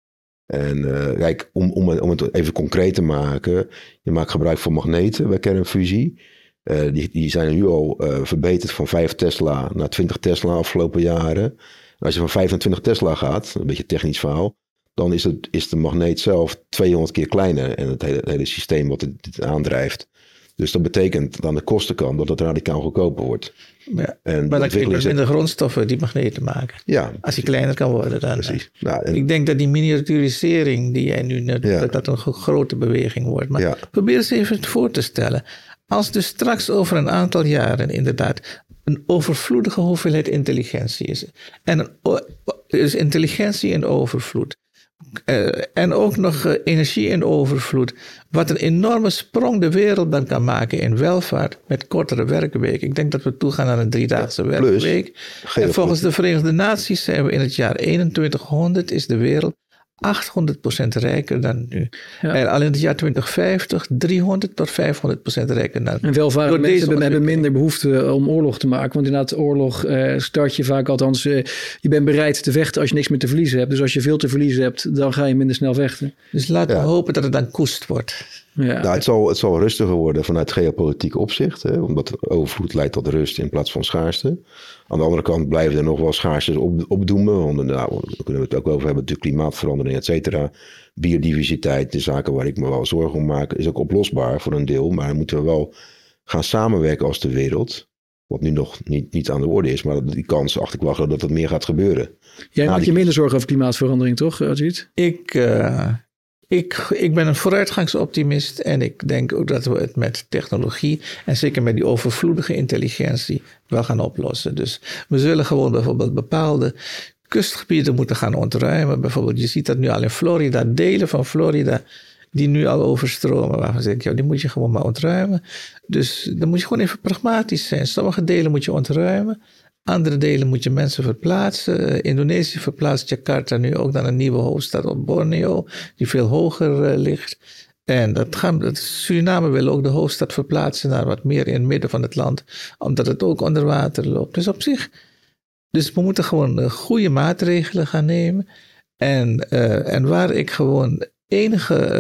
[SPEAKER 2] En uh, kijk, om, om, om het even concreet te maken, je maakt gebruik van magneten bij kernfusie. Uh, die, die zijn nu al uh, verbeterd van vijf Tesla naar twintig Tesla afgelopen jaren. En als je van vijfentwintig Tesla gaat, een beetje een technisch verhaal, dan is, het, is de magneet zelf tweehonderd keer kleiner en het hele, het hele systeem wat het, het aandrijft. Dus dat betekent aan de kostenkant dat het radicaal goedkoper wordt.
[SPEAKER 1] Ja, en maar dan kun je dus minder grondstoffen die magneten maken.
[SPEAKER 2] Ja,
[SPEAKER 1] als die kleiner kan worden dan.
[SPEAKER 2] Precies. Nou, en...
[SPEAKER 1] Ik denk dat die miniaturisering die jij nu net ja. dat dat een grote beweging wordt. Maar ja. probeer eens even voor te stellen. Als dus straks over een aantal jaren inderdaad een overvloedige hoeveelheid intelligentie is. En een, dus intelligentie in overvloed. Uh, en ook nog uh, energie in overvloed. Wat een enorme sprong de wereld dan kan maken in welvaart met kortere werkweek. Ik denk dat we toegaan naar een driedaagse ja, werkweek. En volgens de Verenigde Naties zijn we in het jaar eenentwintighonderd is de wereld achthonderd procent rijker dan nu. Ja. En al in het jaar twintig vijftig driehonderd tot vijfhonderd procent rijker dan nu.
[SPEAKER 3] En welvarende mensen hebben, hebben minder behoefte om oorlog te maken. Want inderdaad, oorlog uh, start je vaak althans... Uh, je bent bereid te vechten als je niks meer te verliezen hebt. Dus als je veel te verliezen hebt, dan ga je minder snel vechten.
[SPEAKER 1] Dus laten
[SPEAKER 2] ja.
[SPEAKER 1] we hopen dat het dan koest wordt.
[SPEAKER 2] Ja. Nou, het, zal, het zal rustiger worden vanuit geopolitiek opzicht. Hè, omdat overvloed leidt tot rust in plaats van schaarste. Aan de andere kant blijven er nog wel schaarstes op, opdoemen. Want nou, daar kunnen we het ook over hebben. De klimaatverandering, et cetera. Biodiversiteit, de zaken waar ik me wel zorgen om maak, is ook oplosbaar voor een deel. Maar dan moeten we wel gaan samenwerken als de wereld. Wat nu nog niet, niet aan de orde is. Maar die kans acht ik wel dat het meer gaat gebeuren.
[SPEAKER 3] Jij maakt die... je minder zorgen over klimaatverandering, toch, Ajit?
[SPEAKER 1] Ik... Uh... Ik, ik ben een vooruitgangsoptimist en ik denk ook dat we het met technologie en zeker met die overvloedige intelligentie wel gaan oplossen. Dus we zullen gewoon bijvoorbeeld bepaalde kustgebieden moeten gaan ontruimen. Bijvoorbeeld, je ziet dat nu al in Florida, delen van Florida die nu al overstromen. Waarvan zeg ik, ja, die moet je gewoon maar ontruimen. Dus dan moet je gewoon even pragmatisch zijn. Sommige delen moet je ontruimen. Andere delen moet je mensen verplaatsen. Indonesië verplaatst Jakarta nu ook naar een nieuwe hoofdstad op Borneo, die veel hoger uh, ligt. En dat gaan, dat Suriname wil ook de hoofdstad verplaatsen naar wat meer in het midden van het land, omdat het ook onder water loopt. Dus op zich, dus we moeten gewoon uh, goede maatregelen gaan nemen. En, uh, en waar ik gewoon enige,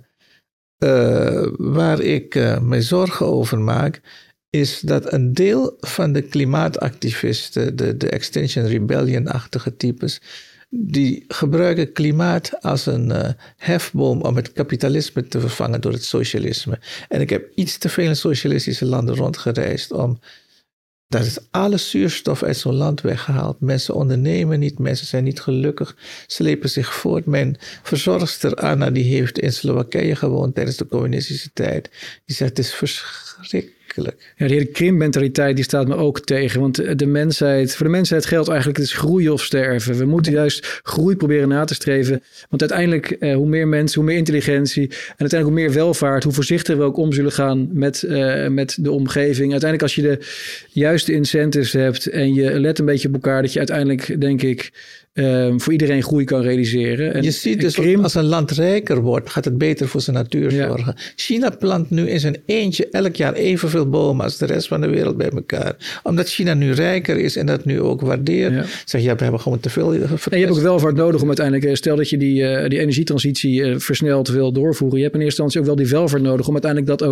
[SPEAKER 1] uh, uh, waar ik uh, me zorgen over maak, is dat een deel van de klimaatactivisten, de, de Extinction Rebellion-achtige types, die gebruiken klimaat als een uh, hefboom om het kapitalisme te vervangen door het socialisme. En ik heb iets te veel in socialistische landen rondgereisd om... Daar is alle zuurstof uit zo'n land weggehaald. Mensen ondernemen niet, mensen zijn niet gelukkig, slepen zich voort. Mijn verzorgster Anna, die heeft in Slowakije gewoond tijdens de communistische tijd. Die zegt, het is verschrikkelijk.
[SPEAKER 3] Ja, de hele krimpmentaliteit die staat me ook tegen. Want de mensheid, voor de mensheid geldt eigenlijk, het is groeien of sterven. We moeten juist groei proberen na te streven. Want uiteindelijk, eh, hoe meer mensen, hoe meer intelligentie en uiteindelijk hoe meer welvaart, hoe voorzichtiger we ook om zullen gaan met, uh, met de omgeving. Uiteindelijk als je de juiste incentives hebt en je let een beetje op elkaar, dat je uiteindelijk, denk ik, Um, voor iedereen groei kan realiseren. En
[SPEAKER 1] je ziet dus krimp... als een land rijker wordt, gaat het beter voor zijn natuur ja. zorgen. China plant nu in zijn eentje elk jaar evenveel bomen als de rest van de wereld bij elkaar. Omdat China nu rijker is en dat nu ook waardeert. Ja. Zeg je, we hebben gewoon te veel. En
[SPEAKER 3] je hebt ook welvaart nodig om uiteindelijk, stel dat je die, uh, die energietransitie uh, versneld wil doorvoeren. Je hebt in eerste instantie ook wel die welvaart nodig om uiteindelijk dat ook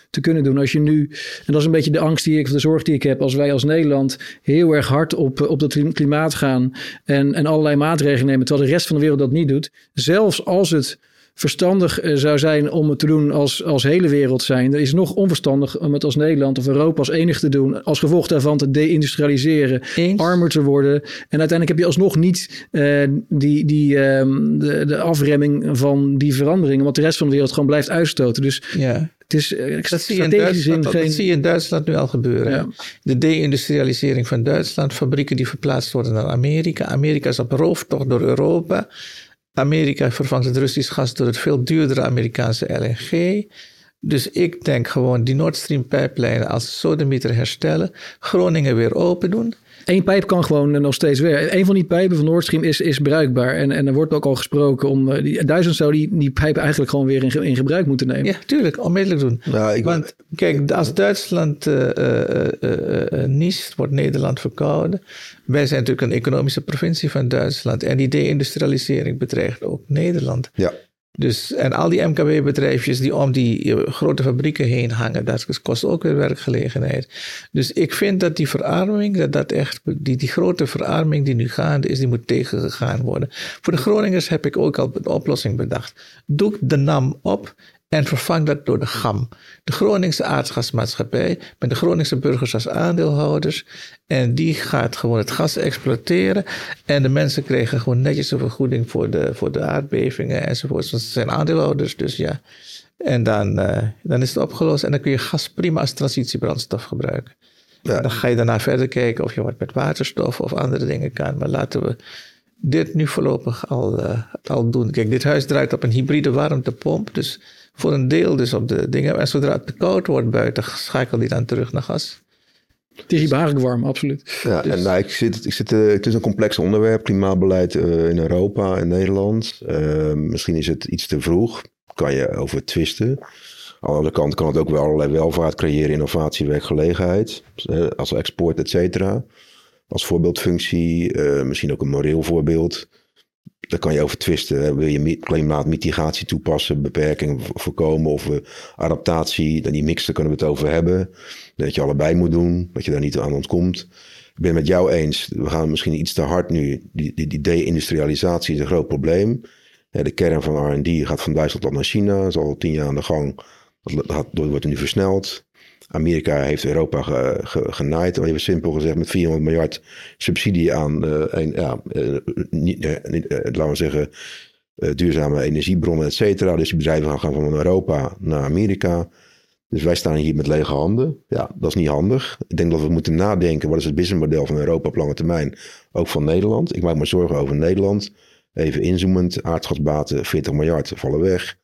[SPEAKER 3] te kunnen doen. Als je nu, en dat is een beetje de angst die ik, of de zorg die ik heb, als wij als Nederland heel erg hard op, op dat klimaat gaan en, en allerlei maatregelen nemen, terwijl de rest van de wereld dat niet doet. Zelfs als het verstandig zou zijn om het te doen als, als hele wereld zijn. Er is nog onverstandig om het als Nederland of Europa als enig te doen. Als gevolg daarvan te deindustrialiseren, Eens. armer te worden. En uiteindelijk heb je alsnog niet uh, die, die, um, de, de afremming van die veranderingen. Want de rest van de wereld gewoon blijft uitstoten. Dus
[SPEAKER 1] ja.
[SPEAKER 3] het is uh,
[SPEAKER 1] dat, zie je in Duitsland, dat,
[SPEAKER 3] geen...
[SPEAKER 1] dat zie je in Duitsland nu al gebeuren. Ja. De deindustrialisering van Duitsland. Fabrieken die verplaatst worden naar Amerika. Amerika is op rooftocht door Europa. Amerika vervangt het Russisch gas door het veel duurdere Amerikaanse L N G. Dus ik denk gewoon die Nord Stream pijplijnen als sodemieter herstellen. Groningen weer open doen.
[SPEAKER 3] Eén pijp kan gewoon nog steeds weer. Een van die pijpen van Nord Stream is, is bruikbaar. En, en er wordt ook al gesproken om... Die, Duitsland zou die, die pijpen eigenlijk gewoon weer in, in gebruik moeten nemen.
[SPEAKER 1] Ja, tuurlijk. Onmiddellijk doen.
[SPEAKER 2] Nou, ik...
[SPEAKER 1] Want kijk, als Duitsland uh, uh, uh, uh, niest, wordt Nederland verkouden. Wij zijn natuurlijk een economische provincie van Duitsland. En die deindustrialisering bedreigt ook Nederland.
[SPEAKER 2] Ja.
[SPEAKER 1] Dus, en al die M K B-bedrijfjes die om die uh, grote fabrieken heen hangen, dat kost ook weer werkgelegenheid. Dus ik vind dat die verarming, dat dat echt, die, die grote verarming die nu gaande is, die moet tegengegaan worden. Voor de Groningers heb ik ook al een oplossing bedacht. Doe de N A M op en vervang dat door de G A M. De Groningse aardgasmaatschappij, met de Groningse burgers als aandeelhouders. En die gaat gewoon het gas exploiteren. En de mensen kregen gewoon netjes een vergoeding voor de, voor de aardbevingen enzovoort. Want ze zijn aandeelhouders, dus ja. En dan, uh, dan is het opgelost. En dan kun je gas prima als transitiebrandstof gebruiken. Ja. Dan ga je daarna verder kijken of je wat met waterstof of andere dingen kan. Maar laten we dit nu voorlopig al, uh, al doen. Kijk, dit huis draait op een hybride warmtepomp. Dus voor een deel dus op de dingen. En zodra het te koud wordt buiten, schakel die dan terug naar gas.
[SPEAKER 3] Het is hier behaaglijk warm, absoluut.
[SPEAKER 2] Ja, dus. en nou, ik zit, ik zit, uh, het is een complex onderwerp, klimaatbeleid uh, in Europa en Nederland. Uh, misschien is het iets te vroeg, kan je over twisten. Aan de andere kant kan het ook wel allerlei welvaart creëren, innovatie, werkgelegenheid, uh, als export, et cetera. Als voorbeeldfunctie, uh, misschien ook een moreel voorbeeld. Daar kan je over twisten. Wil je klimaatmitigatie toepassen, beperking voorkomen of uh, adaptatie? Dan die mix, daar kunnen we het over hebben. Dat je allebei moet doen, dat je daar niet aan ontkomt. Ik ben het met jou eens. We gaan misschien iets te hard nu. Die, die, die deindustrialisatie is een groot probleem. Ja, de kern van R en D gaat van Duitsland naar China. Dat is al tien jaar aan de gang. Dat, dat, dat wordt nu versneld. Amerika heeft Europa ge, ge, genaaid, even simpel gezegd, met vierhonderd miljard subsidie aan uh, een, ja, uh, niet, uh, niet, uh, laten we zeggen, uh, duurzame energiebronnen, et cetera. Dus die bedrijven gaan van Europa naar Amerika. Dus wij staan hier met lege handen. Ja, dat is niet handig. Ik denk dat we moeten nadenken, wat is het businessmodel van Europa op lange termijn, ook van Nederland. Ik maak me zorgen over Nederland. Even inzoomend, aardgasbaten, veertig miljard vallen weg.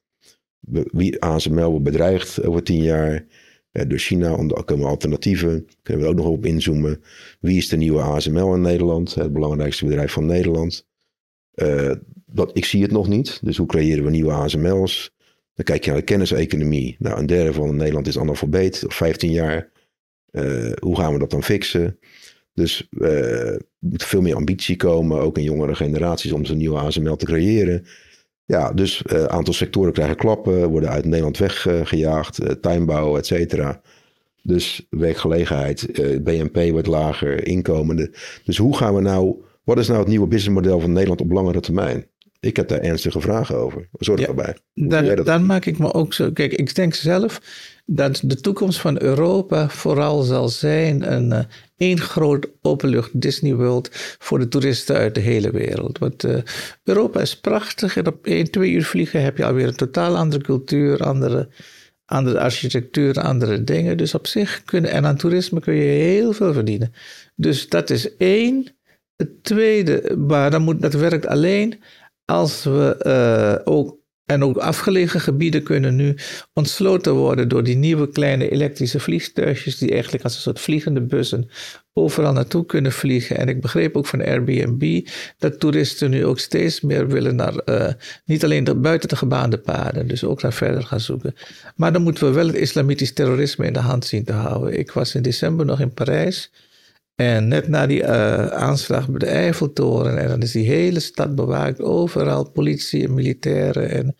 [SPEAKER 2] Wie A S M L wordt bedreigd over tien jaar. Door China, er komen alternatieven. Kunnen we ook nog op inzoomen. Wie is de nieuwe A S M L in Nederland? Het belangrijkste bedrijf van Nederland. Uh, dat, ik zie het nog niet. Dus hoe creëren we nieuwe A S M L's? Dan kijk je naar de kenniseconomie. Nou, een derde van Nederland is analfabeet. Of vijftien jaar. Uh, hoe gaan we dat dan fixen? Dus uh, er moet veel meer ambitie komen. Ook in jongere generaties om zo'n nieuwe A S M L te creëren. Ja, dus een uh, aantal sectoren krijgen klappen, worden uit Nederland weggejaagd, uh, tuinbouw, et cetera. Dus werkgelegenheid, uh, B N P wordt lager, inkomende. Dus hoe gaan we nou, wat is nou het nieuwe businessmodel van Nederland op langere termijn? Ik heb daar ernstige vragen over. Zorg ja, erbij.
[SPEAKER 1] Dan, dan maak ik me ook zo, kijk, ik denk zelf dat de toekomst van Europa vooral zal zijn een uh, één groot openlucht Disney World voor de toeristen uit de hele wereld. Want uh, Europa is prachtig en op één, twee uur vliegen heb je alweer een totaal andere cultuur, andere, andere architectuur, andere dingen. Dus op zich kunnen, en aan toerisme kun je heel veel verdienen. Dus dat is één. Het tweede, maar dan moet, dat werkt alleen als we uh, ook en ook afgelegen gebieden kunnen nu ontsloten worden door die nieuwe kleine elektrische vliegtuigjes die eigenlijk als een soort vliegende bussen overal naartoe kunnen vliegen. En ik begreep ook van Airbnb dat toeristen nu ook steeds meer willen naar uh, niet alleen de, buiten de gebaande paden, dus ook naar verder gaan zoeken. Maar dan moeten we wel het islamitisch terrorisme in de hand zien te houden. Ik was in december nog in Parijs. En net na die uh, aanslag bij de Eiffeltoren, en dan is die hele stad bewaakt, overal politie en militairen. En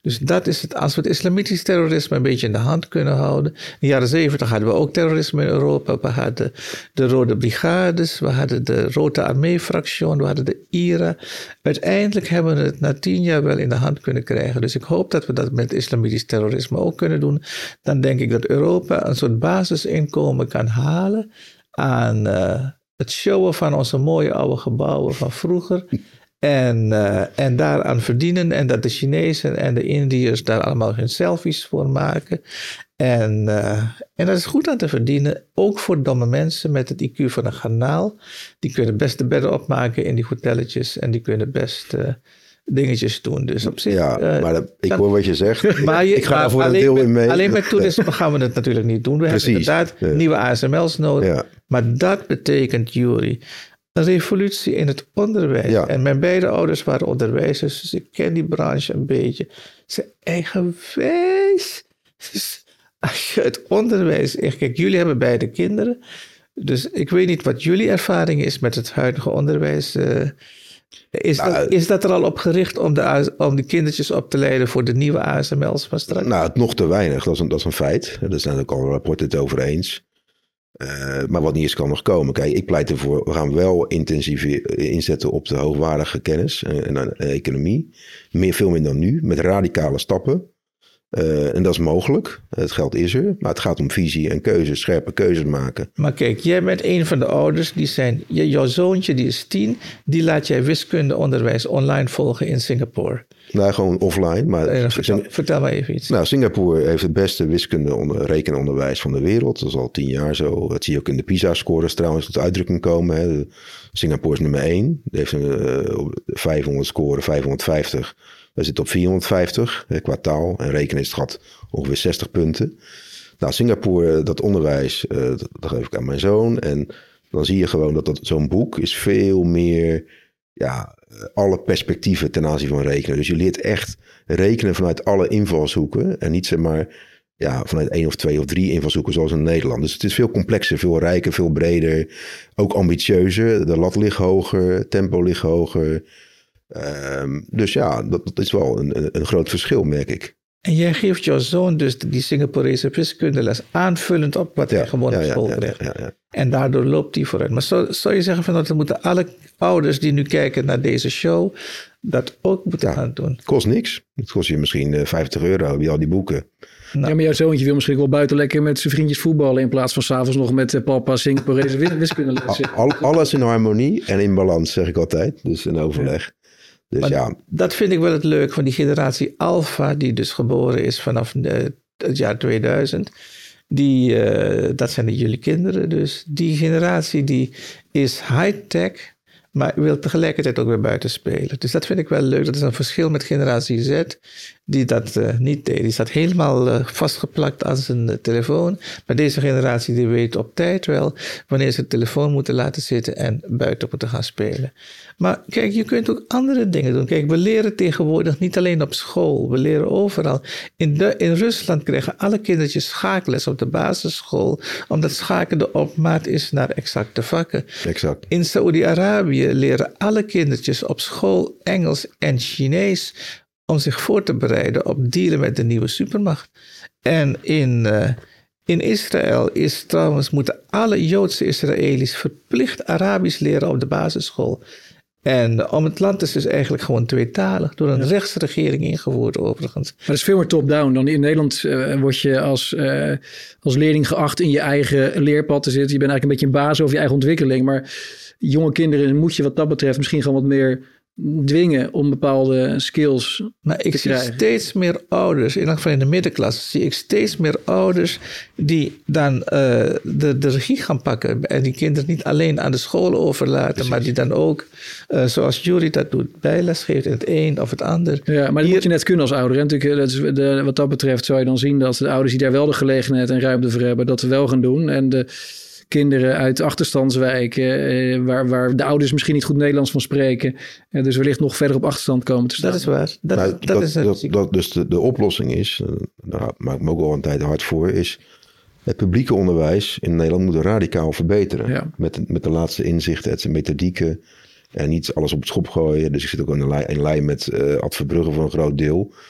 [SPEAKER 1] Dus dat is het. Als we het islamitisch terrorisme een beetje in de hand kunnen houden. In de jaren zeventig hadden we ook terrorisme in Europa. We hadden de Rode Brigades, we hadden de Rode Armee-fractie, we hadden de I R A. Uiteindelijk hebben we het na tien jaar wel in de hand kunnen krijgen. Dus ik hoop dat we dat met islamitisch terrorisme ook kunnen doen. Dan denk ik dat Europa een soort basisinkomen kan halen aan uh, het showen van onze mooie oude gebouwen van vroeger. En, uh, en daaraan verdienen. En dat de Chinezen en de Indiërs daar allemaal hun selfies voor maken. En, uh, en dat is goed aan te verdienen. Ook voor domme mensen met het I Q van een garnaal. Die kunnen best de bedden opmaken in die hotelletjes. En die kunnen best uh, dingetjes doen. Dus op zich...
[SPEAKER 2] Ja,
[SPEAKER 1] uh,
[SPEAKER 2] maar dat, ik dan, hoor wat je zegt.
[SPEAKER 1] Maar je,
[SPEAKER 2] ik ga er voor
[SPEAKER 1] alleen
[SPEAKER 2] een deel
[SPEAKER 1] met,
[SPEAKER 2] in mee.
[SPEAKER 1] Alleen met toerisme gaan we het natuurlijk niet doen. We
[SPEAKER 2] Precies,
[SPEAKER 1] hebben inderdaad
[SPEAKER 2] ja.
[SPEAKER 1] nieuwe A S M L's nodig. Ja. Maar dat betekent, Juri... een revolutie in het onderwijs. Ja. En mijn beide ouders waren onderwijzers, dus ik ken die branche een beetje. Ze eigenwijs. Dus als je het onderwijs... Kijk, jullie hebben beide kinderen. Dus ik weet niet wat jullie ervaring is met het huidige onderwijs. Uh, is, nou, dat, is dat er al op gericht om de, om de kindertjes op te leiden voor de nieuwe A S M L's van straks?
[SPEAKER 2] Nou, het nog te weinig. Dat is een, dat is een feit. Er zijn ook al rapporten het over eens. Uh, maar wat niet is, kan nog komen. Kijk, ik pleit ervoor, we gaan wel intensief inzetten op de hoogwaardige kennis en, en, en economie. Meer, veel meer dan nu, met radicale stappen. Uh, en dat is mogelijk. Het geld is er. Maar het gaat om visie en keuzes, scherpe keuzes maken.
[SPEAKER 1] Maar kijk, jij bent een van de ouders die zijn... Jouw zoontje, die is tien, die laat jij wiskundeonderwijs online volgen in Singapore.
[SPEAKER 2] Nou, gewoon offline. Maar
[SPEAKER 1] uh, vertel, Sing- vertel maar even iets.
[SPEAKER 2] Nou, Singapore heeft het beste wiskunde onder, rekenonderwijs van de wereld. Dat is al tien jaar zo. Dat zie je ook in de PISA-scores trouwens tot uitdrukking komen. Hè. Singapore is nummer één. Die heeft een uh, vijfhonderd scoren, vijfhonderdvijftig. We zitten op vierhonderdvijftig eh, qua taal. En rekenen is het gat ongeveer zestig punten. Nou, Singapore, dat onderwijs, uh, dat, dat geef ik aan mijn zoon. En dan zie je gewoon dat, dat zo'n boek is veel meer... ja, alle perspectieven ten aanzien van rekenen. Dus je leert echt rekenen vanuit alle invalshoeken. En niet zeg maar ja, vanuit één of twee of drie invalshoeken zoals in Nederland. Dus het is veel complexer, veel rijker, veel breder. Ook ambitieuzer. De lat ligt hoger, tempo ligt hoger. Um, dus ja, dat, dat is wel een, een, een groot verschil, merk ik.
[SPEAKER 1] En jij geeft jouw zoon dus die Singaporese wiskundeles aanvullend op wat ja, hij gewoon op ja, school
[SPEAKER 2] ja,
[SPEAKER 1] krijgt.
[SPEAKER 2] Ja, ja, ja.
[SPEAKER 1] En daardoor loopt hij vooruit. Maar zou, zou je zeggen van dat moeten alle ouders die nu kijken naar deze show dat ook moeten ja, gaan doen?
[SPEAKER 2] Het kost niks. Het kost je misschien uh, vijftig euro, wie al die boeken.
[SPEAKER 3] Nou. Ja, maar jouw zoontje wil misschien wel buiten lekker met zijn vriendjes voetballen in plaats van 's avonds nog met uh, papa Singaporese wiskundeles.
[SPEAKER 2] Al, alles in harmonie en in balans, zeg ik altijd. Dus in overleg. Ja. Dus
[SPEAKER 1] maar
[SPEAKER 2] ja.
[SPEAKER 1] Dat vind ik wel het leuke van die generatie Alpha, die dus geboren is vanaf de, het jaar tweeduizend. Die, uh, dat zijn de jullie kinderen. Dus die generatie die is high-tech, maar wil tegelijkertijd ook weer buiten spelen. Dus dat vind ik wel leuk. Dat is een verschil met generatie Z, die dat uh, niet deed. Die staat helemaal uh, vastgeplakt aan zijn uh, telefoon. Maar deze generatie die weet op tijd wel wanneer ze de telefoon moeten laten zitten en buiten moeten gaan spelen. Maar kijk, je kunt ook andere dingen doen. Kijk, we leren tegenwoordig niet alleen op school. We leren overal. In, de, in Rusland krijgen alle kindertjes schaakles op de basisschool, omdat schaken de opmaat is naar exacte vakken.
[SPEAKER 2] Exact.
[SPEAKER 1] In Saoedi-Arabië leren alle kindertjes op school Engels en Chinees om zich voor te bereiden op dealen met de nieuwe supermacht. En in, uh, in Israël is trouwens, moeten alle Joodse Israëli's verplicht Arabisch leren op de basisschool. En om het land is dus eigenlijk gewoon tweetalig, door een ja. rechtsregering ingevoerd overigens.
[SPEAKER 3] Maar dat is veel meer top-down. Dan in Nederland uh, word je als, uh, als leerling geacht in je eigen leerpad te zitten. Je bent eigenlijk een beetje een baas over je eigen ontwikkeling. Maar jonge kinderen moet je wat dat betreft misschien gewoon wat meer dwingen om bepaalde skills
[SPEAKER 1] maar ik
[SPEAKER 3] te
[SPEAKER 1] zie
[SPEAKER 3] krijgen.
[SPEAKER 1] Steeds meer ouders, in elk geval in de middenklasse, zie ik steeds meer ouders die dan uh, de, de regie gaan pakken en die kinderen niet alleen aan de school overlaten, Precies. maar die dan ook, uh, zoals Juri dat doet, bijles geeft in het een of het ander.
[SPEAKER 3] Ja, maar dat Hier... moet je net kunnen als ouder. Hè? Natuurlijk, dat is de, wat dat betreft zou je dan zien dat de ouders die daar wel de gelegenheid en ruimte voor hebben, dat we wel gaan doen. En de kinderen uit achterstandswijken, eh, waar, waar de ouders misschien niet goed Nederlands van spreken, eh, dus wellicht nog verder op achterstand komen te staan.
[SPEAKER 1] Dat is waar. Dat,
[SPEAKER 2] nou,
[SPEAKER 1] dat,
[SPEAKER 2] dat,
[SPEAKER 1] is
[SPEAKER 2] dat, dat dus de, de oplossing is, daar maak ik me ook al een tijd hard voor, is het publieke onderwijs in Nederland moet radicaal verbeteren. Ja. Met, met de laatste inzichten, het methodieken en niet alles op het schop gooien. Dus ik zit ook in een lijn, in lijn met uh, Ad Verbrugge voor een groot deel.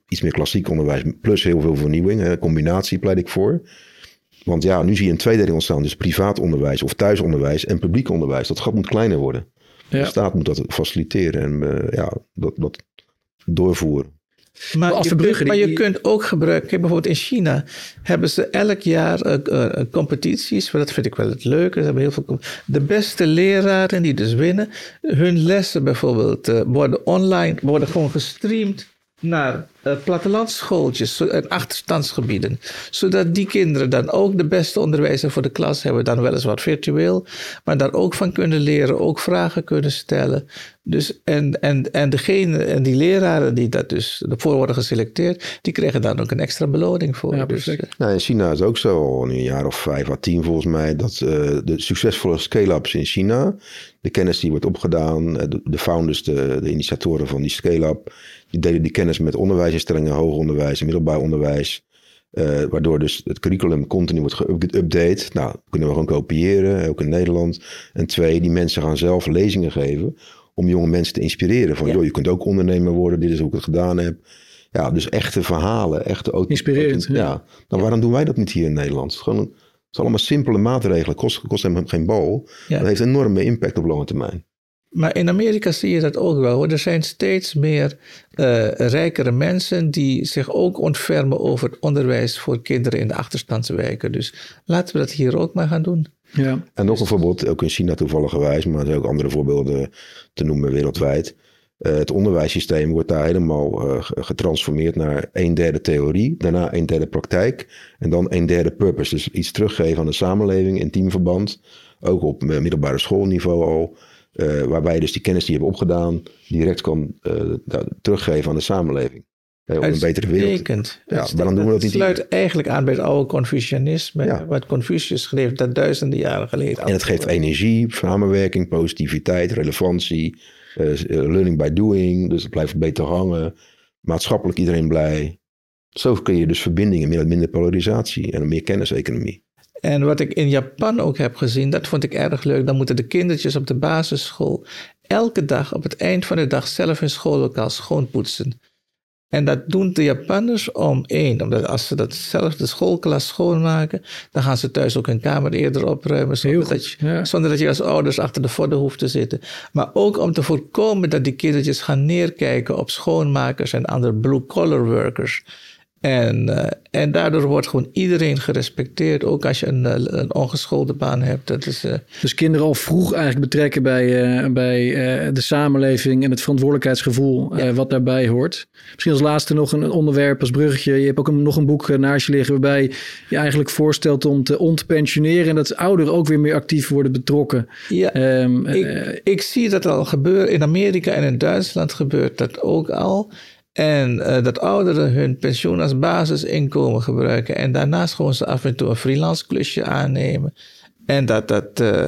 [SPEAKER 2] iets meer klassiek onderwijs plus heel veel vernieuwing. Hè, combinatie pleit ik voor. Want ja, nu zie je een tweedeling ontstaan. Dus privaat onderwijs of thuisonderwijs en publiek onderwijs. Dat gat moet kleiner worden. Ja. De staat moet dat faciliteren en uh, ja, dat, dat doorvoeren.
[SPEAKER 1] Maar, je kunt, maar je kunt ook gebruiken, bijvoorbeeld in China hebben ze elk jaar uh, uh, competities, dat vind ik wel het leuke. Ze hebben heel veel, de beste leraren die dus winnen, hun lessen bijvoorbeeld uh, worden online, worden gewoon gestreamd naar uh, plattelandsschooltjes in achterstandsgebieden. Zodat die kinderen dan ook de beste onderwijzer voor de klas hebben. Dan weliswaar virtueel. Maar daar ook van kunnen leren. Ook vragen kunnen stellen. Dus en, en, en, degene, en die leraren die dat dus ervoor worden geselecteerd. Die krijgen daar ook een extra beloning voor.
[SPEAKER 3] Ja,
[SPEAKER 1] dus, uh,
[SPEAKER 2] nou, in China is het ook zo. Al een jaar of vijf à tien volgens mij. Dat uh, de succesvolle scale-ups in China. De kennis die wordt opgedaan. De, de founders, de, de initiatoren van die scale-up. Die delen die kennis met onderwijsinstellingen, hoger onderwijs en middelbaar onderwijs. Uh, waardoor dus het curriculum continu wordt geüpdate. Nou, kunnen we gewoon kopiëren, ook in Nederland. En twee, die mensen gaan zelf lezingen geven om jonge mensen te inspireren. Van, ja. joh, je kunt ook ondernemer worden, dit is hoe ik het gedaan heb. Ja, dus echte verhalen, echte... Auto-
[SPEAKER 3] Inspirerend.
[SPEAKER 2] Ja. ja. Nou, waarom doen wij dat niet hier in Nederland? Het is gewoon, het is allemaal simpele maatregelen. Kost, kost hem geen bal. Ja. Dat heeft een enorme impact op lange termijn.
[SPEAKER 1] Maar in Amerika zie je dat ook wel, hoor. Er zijn steeds meer uh, rijkere mensen die zich ook ontfermen over het onderwijs voor kinderen in de achterstandswijken. Dus laten we dat hier ook maar gaan doen.
[SPEAKER 2] Ja. En nog een voorbeeld, ook in China toevalligerwijs, maar er zijn ook andere voorbeelden te noemen wereldwijd. Uh, het onderwijssysteem wordt daar helemaal uh, getransformeerd naar een derde theorie, daarna een derde praktijk en dan een derde purpose. Dus iets teruggeven aan de samenleving in teamverband, ook op middelbare schoolniveau al. Uh, waarbij je dus die kennis die je hebt opgedaan direct kan uh, teruggeven aan de samenleving. Hey, om een betere wereld.
[SPEAKER 1] Ja, waarom doen we dat niet? Het sluit eigenlijk aan bij het oude Confucianisme. Ja. Wat Confucius schreef dat duizenden jaren geleden.
[SPEAKER 2] En het geeft energie, samenwerking, positiviteit, relevantie. Uh, learning by doing. Dus het blijft beter hangen. Maatschappelijk iedereen blij. Zo kun je dus verbindingen met minder polarisatie en een meer kenniseconomie.
[SPEAKER 1] En wat ik in Japan ook heb gezien, dat vond ik erg leuk. Dan moeten de kindertjes op de basisschool elke dag op het eind van de dag zelf hun schoollokaal schoonpoetsen. En dat doen de Japanners om één, omdat als ze dat zelf de schoolklas schoonmaken, dan gaan ze thuis ook hun kamer eerder opruimen, zonder, dat je, ja. zonder dat je als ouders achter de vodden hoeft te zitten. Maar ook om te voorkomen dat die kindertjes gaan neerkijken op schoonmakers en andere blue-collar workers. En, uh, en daardoor wordt gewoon iedereen gerespecteerd. Ook als je een, een ongeschoolde baan hebt. Dat is, uh...
[SPEAKER 3] Dus kinderen al vroeg eigenlijk betrekken bij, uh, bij uh, de samenleving en het verantwoordelijkheidsgevoel ja. uh, wat daarbij hoort. Misschien als laatste nog een onderwerp als bruggetje. Je hebt ook een, nog een boek naast je liggen waarbij je eigenlijk voorstelt om te ontpensioneren. En dat ouderen ook weer meer actief worden betrokken.
[SPEAKER 1] Ja, um, ik, uh, ik zie dat al gebeuren. In Amerika en in Duitsland gebeurt dat ook al. En uh, dat ouderen hun pensioen als basisinkomen gebruiken. En daarnaast gewoon ze af en toe een freelance klusje aannemen. En dat dat... Uh,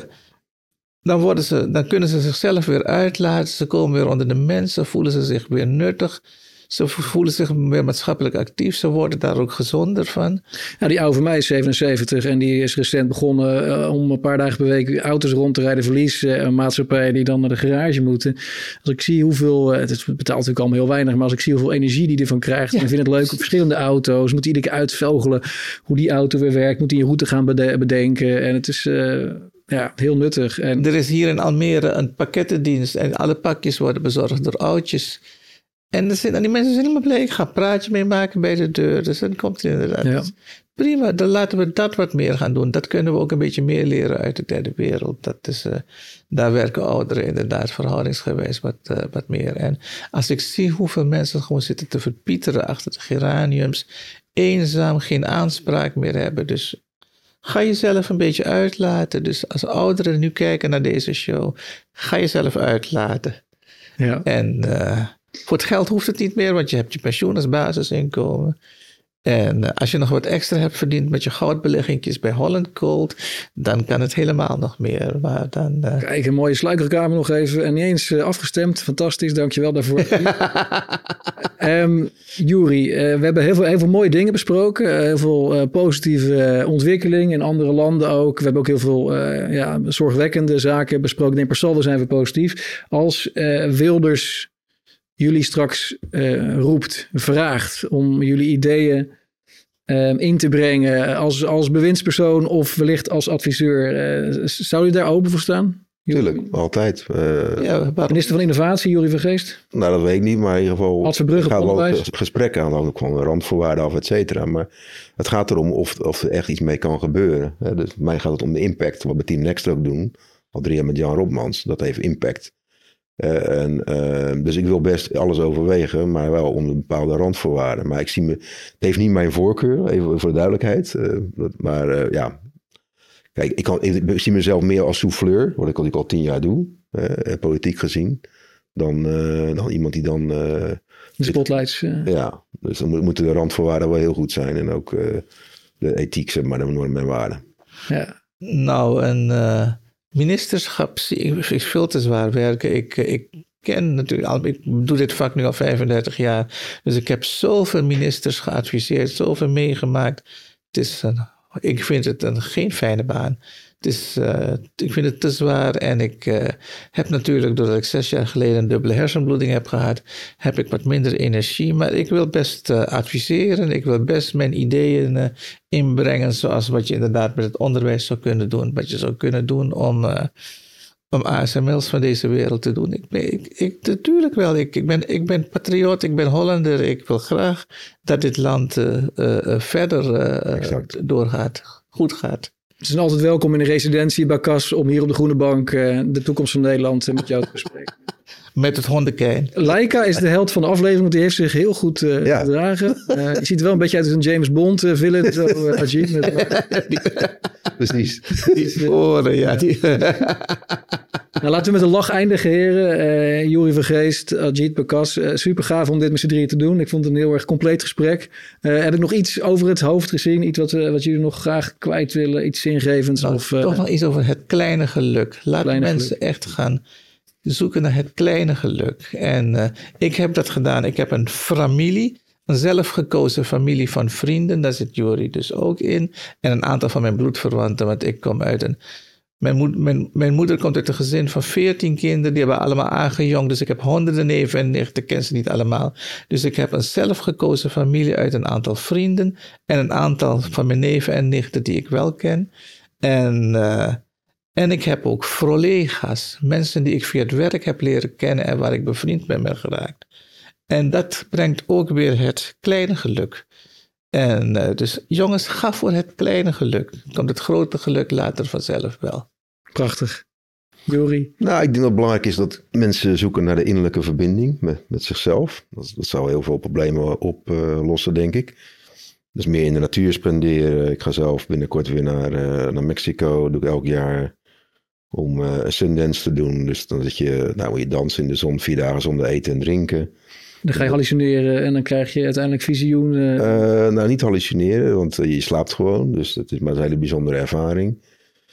[SPEAKER 1] dan, worden ze, dan kunnen ze zichzelf weer uitlaten. Ze komen weer onder de mensen. Voelen ze zich weer nuttig. Ze voelen zich weer maatschappelijk actief. Ze worden daar ook gezonder van.
[SPEAKER 3] Ja, die oude van mij is zevenenzeventig en die is recent begonnen uh, om een paar dagen per week auto's rond te rijden. Verlies uh, maatschappijen die dan naar de garage moeten. Als ik zie hoeveel, uh, het betaalt natuurlijk allemaal heel weinig, maar als ik zie hoeveel energie die ervan krijgt. Ja. En vind het leuk op verschillende auto's. Moet iedere keer uitvogelen hoe die auto weer werkt. Moet die een route gaan bede- bedenken. En het is... Uh, Ja, heel nuttig. En...
[SPEAKER 1] Er is hier in Almere een pakkettendienst en alle pakjes worden bezorgd door oudjes. En, er zijn, en die mensen zijn helemaal blij. Ik ga een praatje mee maken bij de deur. Dus dan komt het inderdaad. Ja. Prima, dan laten we dat wat meer gaan doen. Dat kunnen we ook een beetje meer leren uit de derde wereld. Dat is, uh, daar werken ouderen inderdaad verhoudingsgewijs wat, uh, wat meer. En als ik zie hoeveel mensen gewoon zitten te verpieteren achter de geraniums, eenzaam, geen aanspraak meer hebben. Dus ga jezelf een beetje uitlaten. Dus als ouderen nu kijken naar deze show, ga jezelf uitlaten. Ja. En uh, voor het geld hoeft het niet meer, want je hebt je pensioen als basisinkomen. En uh, als je nog wat extra hebt verdiend met je goudbeleggingjes bij Holland Gold, dan kan het helemaal nog meer. Maar dan, uh...
[SPEAKER 3] Kijk, een mooie sluikerkamer nog even. En niet eens uh, afgestemd. Fantastisch, dankjewel daarvoor. um, Juri, uh, we hebben heel veel, heel veel mooie dingen besproken. Uh, heel veel uh, positieve uh, ontwikkeling in andere landen ook. We hebben ook heel veel uh, ja, zorgwekkende zaken besproken. Nee, per saldo zijn we positief. Als uh, Wilders jullie straks uh, roept, vraagt om jullie ideeën uh, in te brengen als, als bewindspersoon of wellicht als adviseur. Uh, zou u daar open voor staan?
[SPEAKER 2] Tuurlijk, altijd. Uh,
[SPEAKER 3] ja, minister van Innovatie, Jurie van Geest?
[SPEAKER 2] Nou, dat weet ik niet, maar in ieder geval...
[SPEAKER 3] Ad Verbrugge,
[SPEAKER 2] gaat wel
[SPEAKER 3] onderwijs.
[SPEAKER 2] Gesprekken aan, ook van randvoorwaarden af, et cetera. Maar het gaat erom of, of er echt iets mee kan gebeuren. Hè. Dus mij gaat het om de impact, wat we Team Next ook doen. Al drie jaar met Jan Robmans, dat heeft impact. Uh, en, uh, dus ik wil best alles overwegen, maar wel om een bepaalde randvoorwaarden. Maar ik zie me, het heeft niet mijn voorkeur, even voor de duidelijkheid. Uh, maar uh, ja... Kijk, ik, kan, ik zie mezelf meer als souffleur, wat ik al, ik al tien jaar doe, eh, politiek gezien, dan, uh, dan iemand die dan... Uh,
[SPEAKER 3] de spotlights. Uh...
[SPEAKER 2] Ja, dus dan moeten de randvoorwaarden wel heel goed zijn en ook uh, de ethiek, zeg maar, de normen en waarden.
[SPEAKER 3] Ja.
[SPEAKER 1] Nou, een uh, ministerschap is veel te zwaar werken. Ik, ik ken natuurlijk al, ik doe dit vak nu al vijfendertig jaar, dus ik heb zoveel ministers geadviseerd, zoveel meegemaakt. Het is een Ik vind het een, geen fijne baan. Het is, uh, ik vind het te zwaar en ik uh, heb natuurlijk, doordat ik zes jaar geleden een dubbele hersenbloeding heb gehad, heb ik wat minder energie. Maar ik wil best uh, adviseren, ik wil best mijn ideeën uh, inbrengen, zoals wat je inderdaad met het onderwijs zou kunnen doen. Wat je zou kunnen doen om, uh, om A S M L's van deze wereld te doen. Ik, ik, ik, natuurlijk wel, ik, ik, ben, ik ben patriot, ik ben Hollander. Ik wil graag dat dit land uh, uh, verder uh, doorgaat, goed gaat.
[SPEAKER 3] Ze zijn altijd welkom in een residentie bij Cas om hier op de Groene Bank uh, de toekomst van Nederland uh, met jou te bespreken.
[SPEAKER 1] Met het hondenkijn.
[SPEAKER 3] Laika is de held van de aflevering, want die heeft zich heel goed uh, ja. gedragen. Uh, je ziet er wel een beetje uit als een James Bond uh, villain. Zo, uh, Ajit, met,
[SPEAKER 2] Precies.
[SPEAKER 1] Die sporen, ja. Die.
[SPEAKER 3] Nou, laten we met een lach eindigen, heren. Uh, Jurie van Geest, Ajit Bakas. Uh, super gaaf om dit met z'n drieën te doen. Ik vond het een heel erg compleet gesprek. Uh, heb ik nog iets over het hoofd gezien? Iets wat, uh, wat jullie nog graag kwijt willen? Iets zingevends?
[SPEAKER 1] Nou,
[SPEAKER 3] of, uh,
[SPEAKER 1] toch nog iets over het kleine geluk. Laat
[SPEAKER 3] kleine
[SPEAKER 1] mensen
[SPEAKER 3] geluk.
[SPEAKER 1] echt gaan zoeken naar het kleine geluk. En uh, ik heb dat gedaan. Ik heb een familie, een zelfgekozen familie van vrienden. Daar zit Jurie dus ook in. En een aantal van mijn bloedverwanten, want ik kom uit een... Mijn, moed, mijn, mijn moeder komt uit een gezin van veertien kinderen. Die hebben allemaal aangejongd. Dus ik heb honderden neven en nichten. Ik ken ze niet allemaal. Dus ik heb een zelfgekozen familie uit een aantal vrienden. En een aantal van mijn neven en nichten die ik wel ken. En, uh, en ik heb ook collega's. Mensen die ik via het werk heb leren kennen. En waar ik bevriend mee ben geraakt. En dat brengt ook weer het kleine geluk. En uh, dus jongens, ga voor het kleine geluk. Dan komt het grote geluk later vanzelf wel.
[SPEAKER 3] Prachtig. Jurie?
[SPEAKER 2] Nou, ik denk dat het belangrijk is dat mensen zoeken naar de innerlijke verbinding met, met zichzelf. Dat, dat zou heel veel problemen oplossen, uh, denk ik. Dus meer in de natuur spenderen. Ik ga zelf binnenkort weer naar, uh, naar Mexico. Dat doe ik elk jaar om uh, een sundance te doen. Dus dan zit je, nou, je dansen in de zon vier dagen zonder eten en drinken.
[SPEAKER 3] Dan ga je hallucineren en dan krijg je uiteindelijk visioen. Uh...
[SPEAKER 2] Uh, nou, niet hallucineren, want uh, je slaapt gewoon. Dus dat is maar een hele bijzondere ervaring.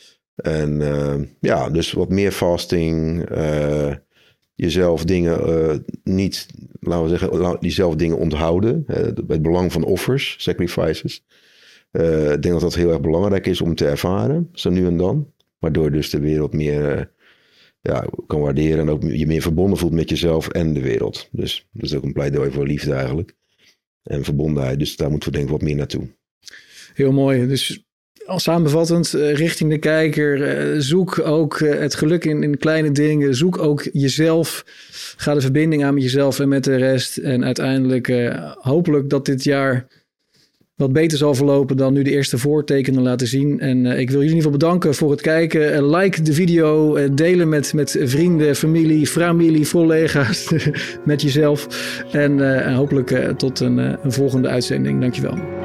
[SPEAKER 2] En uh, ja, dus wat meer fasting. Uh, jezelf dingen uh, niet, laten we zeggen, jezelf dingen onthouden. Uh, het belang van offers, sacrifices. Uh, ik denk dat dat heel erg belangrijk is om te ervaren, zo nu en dan. Waardoor dus de wereld meer... Uh, ja, kan waarderen en ook je meer verbonden voelt met jezelf en de wereld. Dus dat is ook een pleidooi voor liefde eigenlijk. En verbondenheid. Dus daar moeten we denk ik wat meer naartoe.
[SPEAKER 3] Heel mooi. Dus samenvattend, richting de kijker, zoek ook het geluk in, in kleine dingen. Zoek ook jezelf. Ga de verbinding aan met jezelf en met de rest. En uiteindelijk uh, hopelijk dat dit jaar wat beter zal verlopen dan nu de eerste voortekenen laten zien. En uh, ik wil jullie in ieder geval bedanken voor het kijken. Uh, like de video, uh, delen met, met vrienden, familie, familie, collega's, met jezelf. En uh, hopelijk uh, tot een, uh, een volgende uitzending. Dankjewel.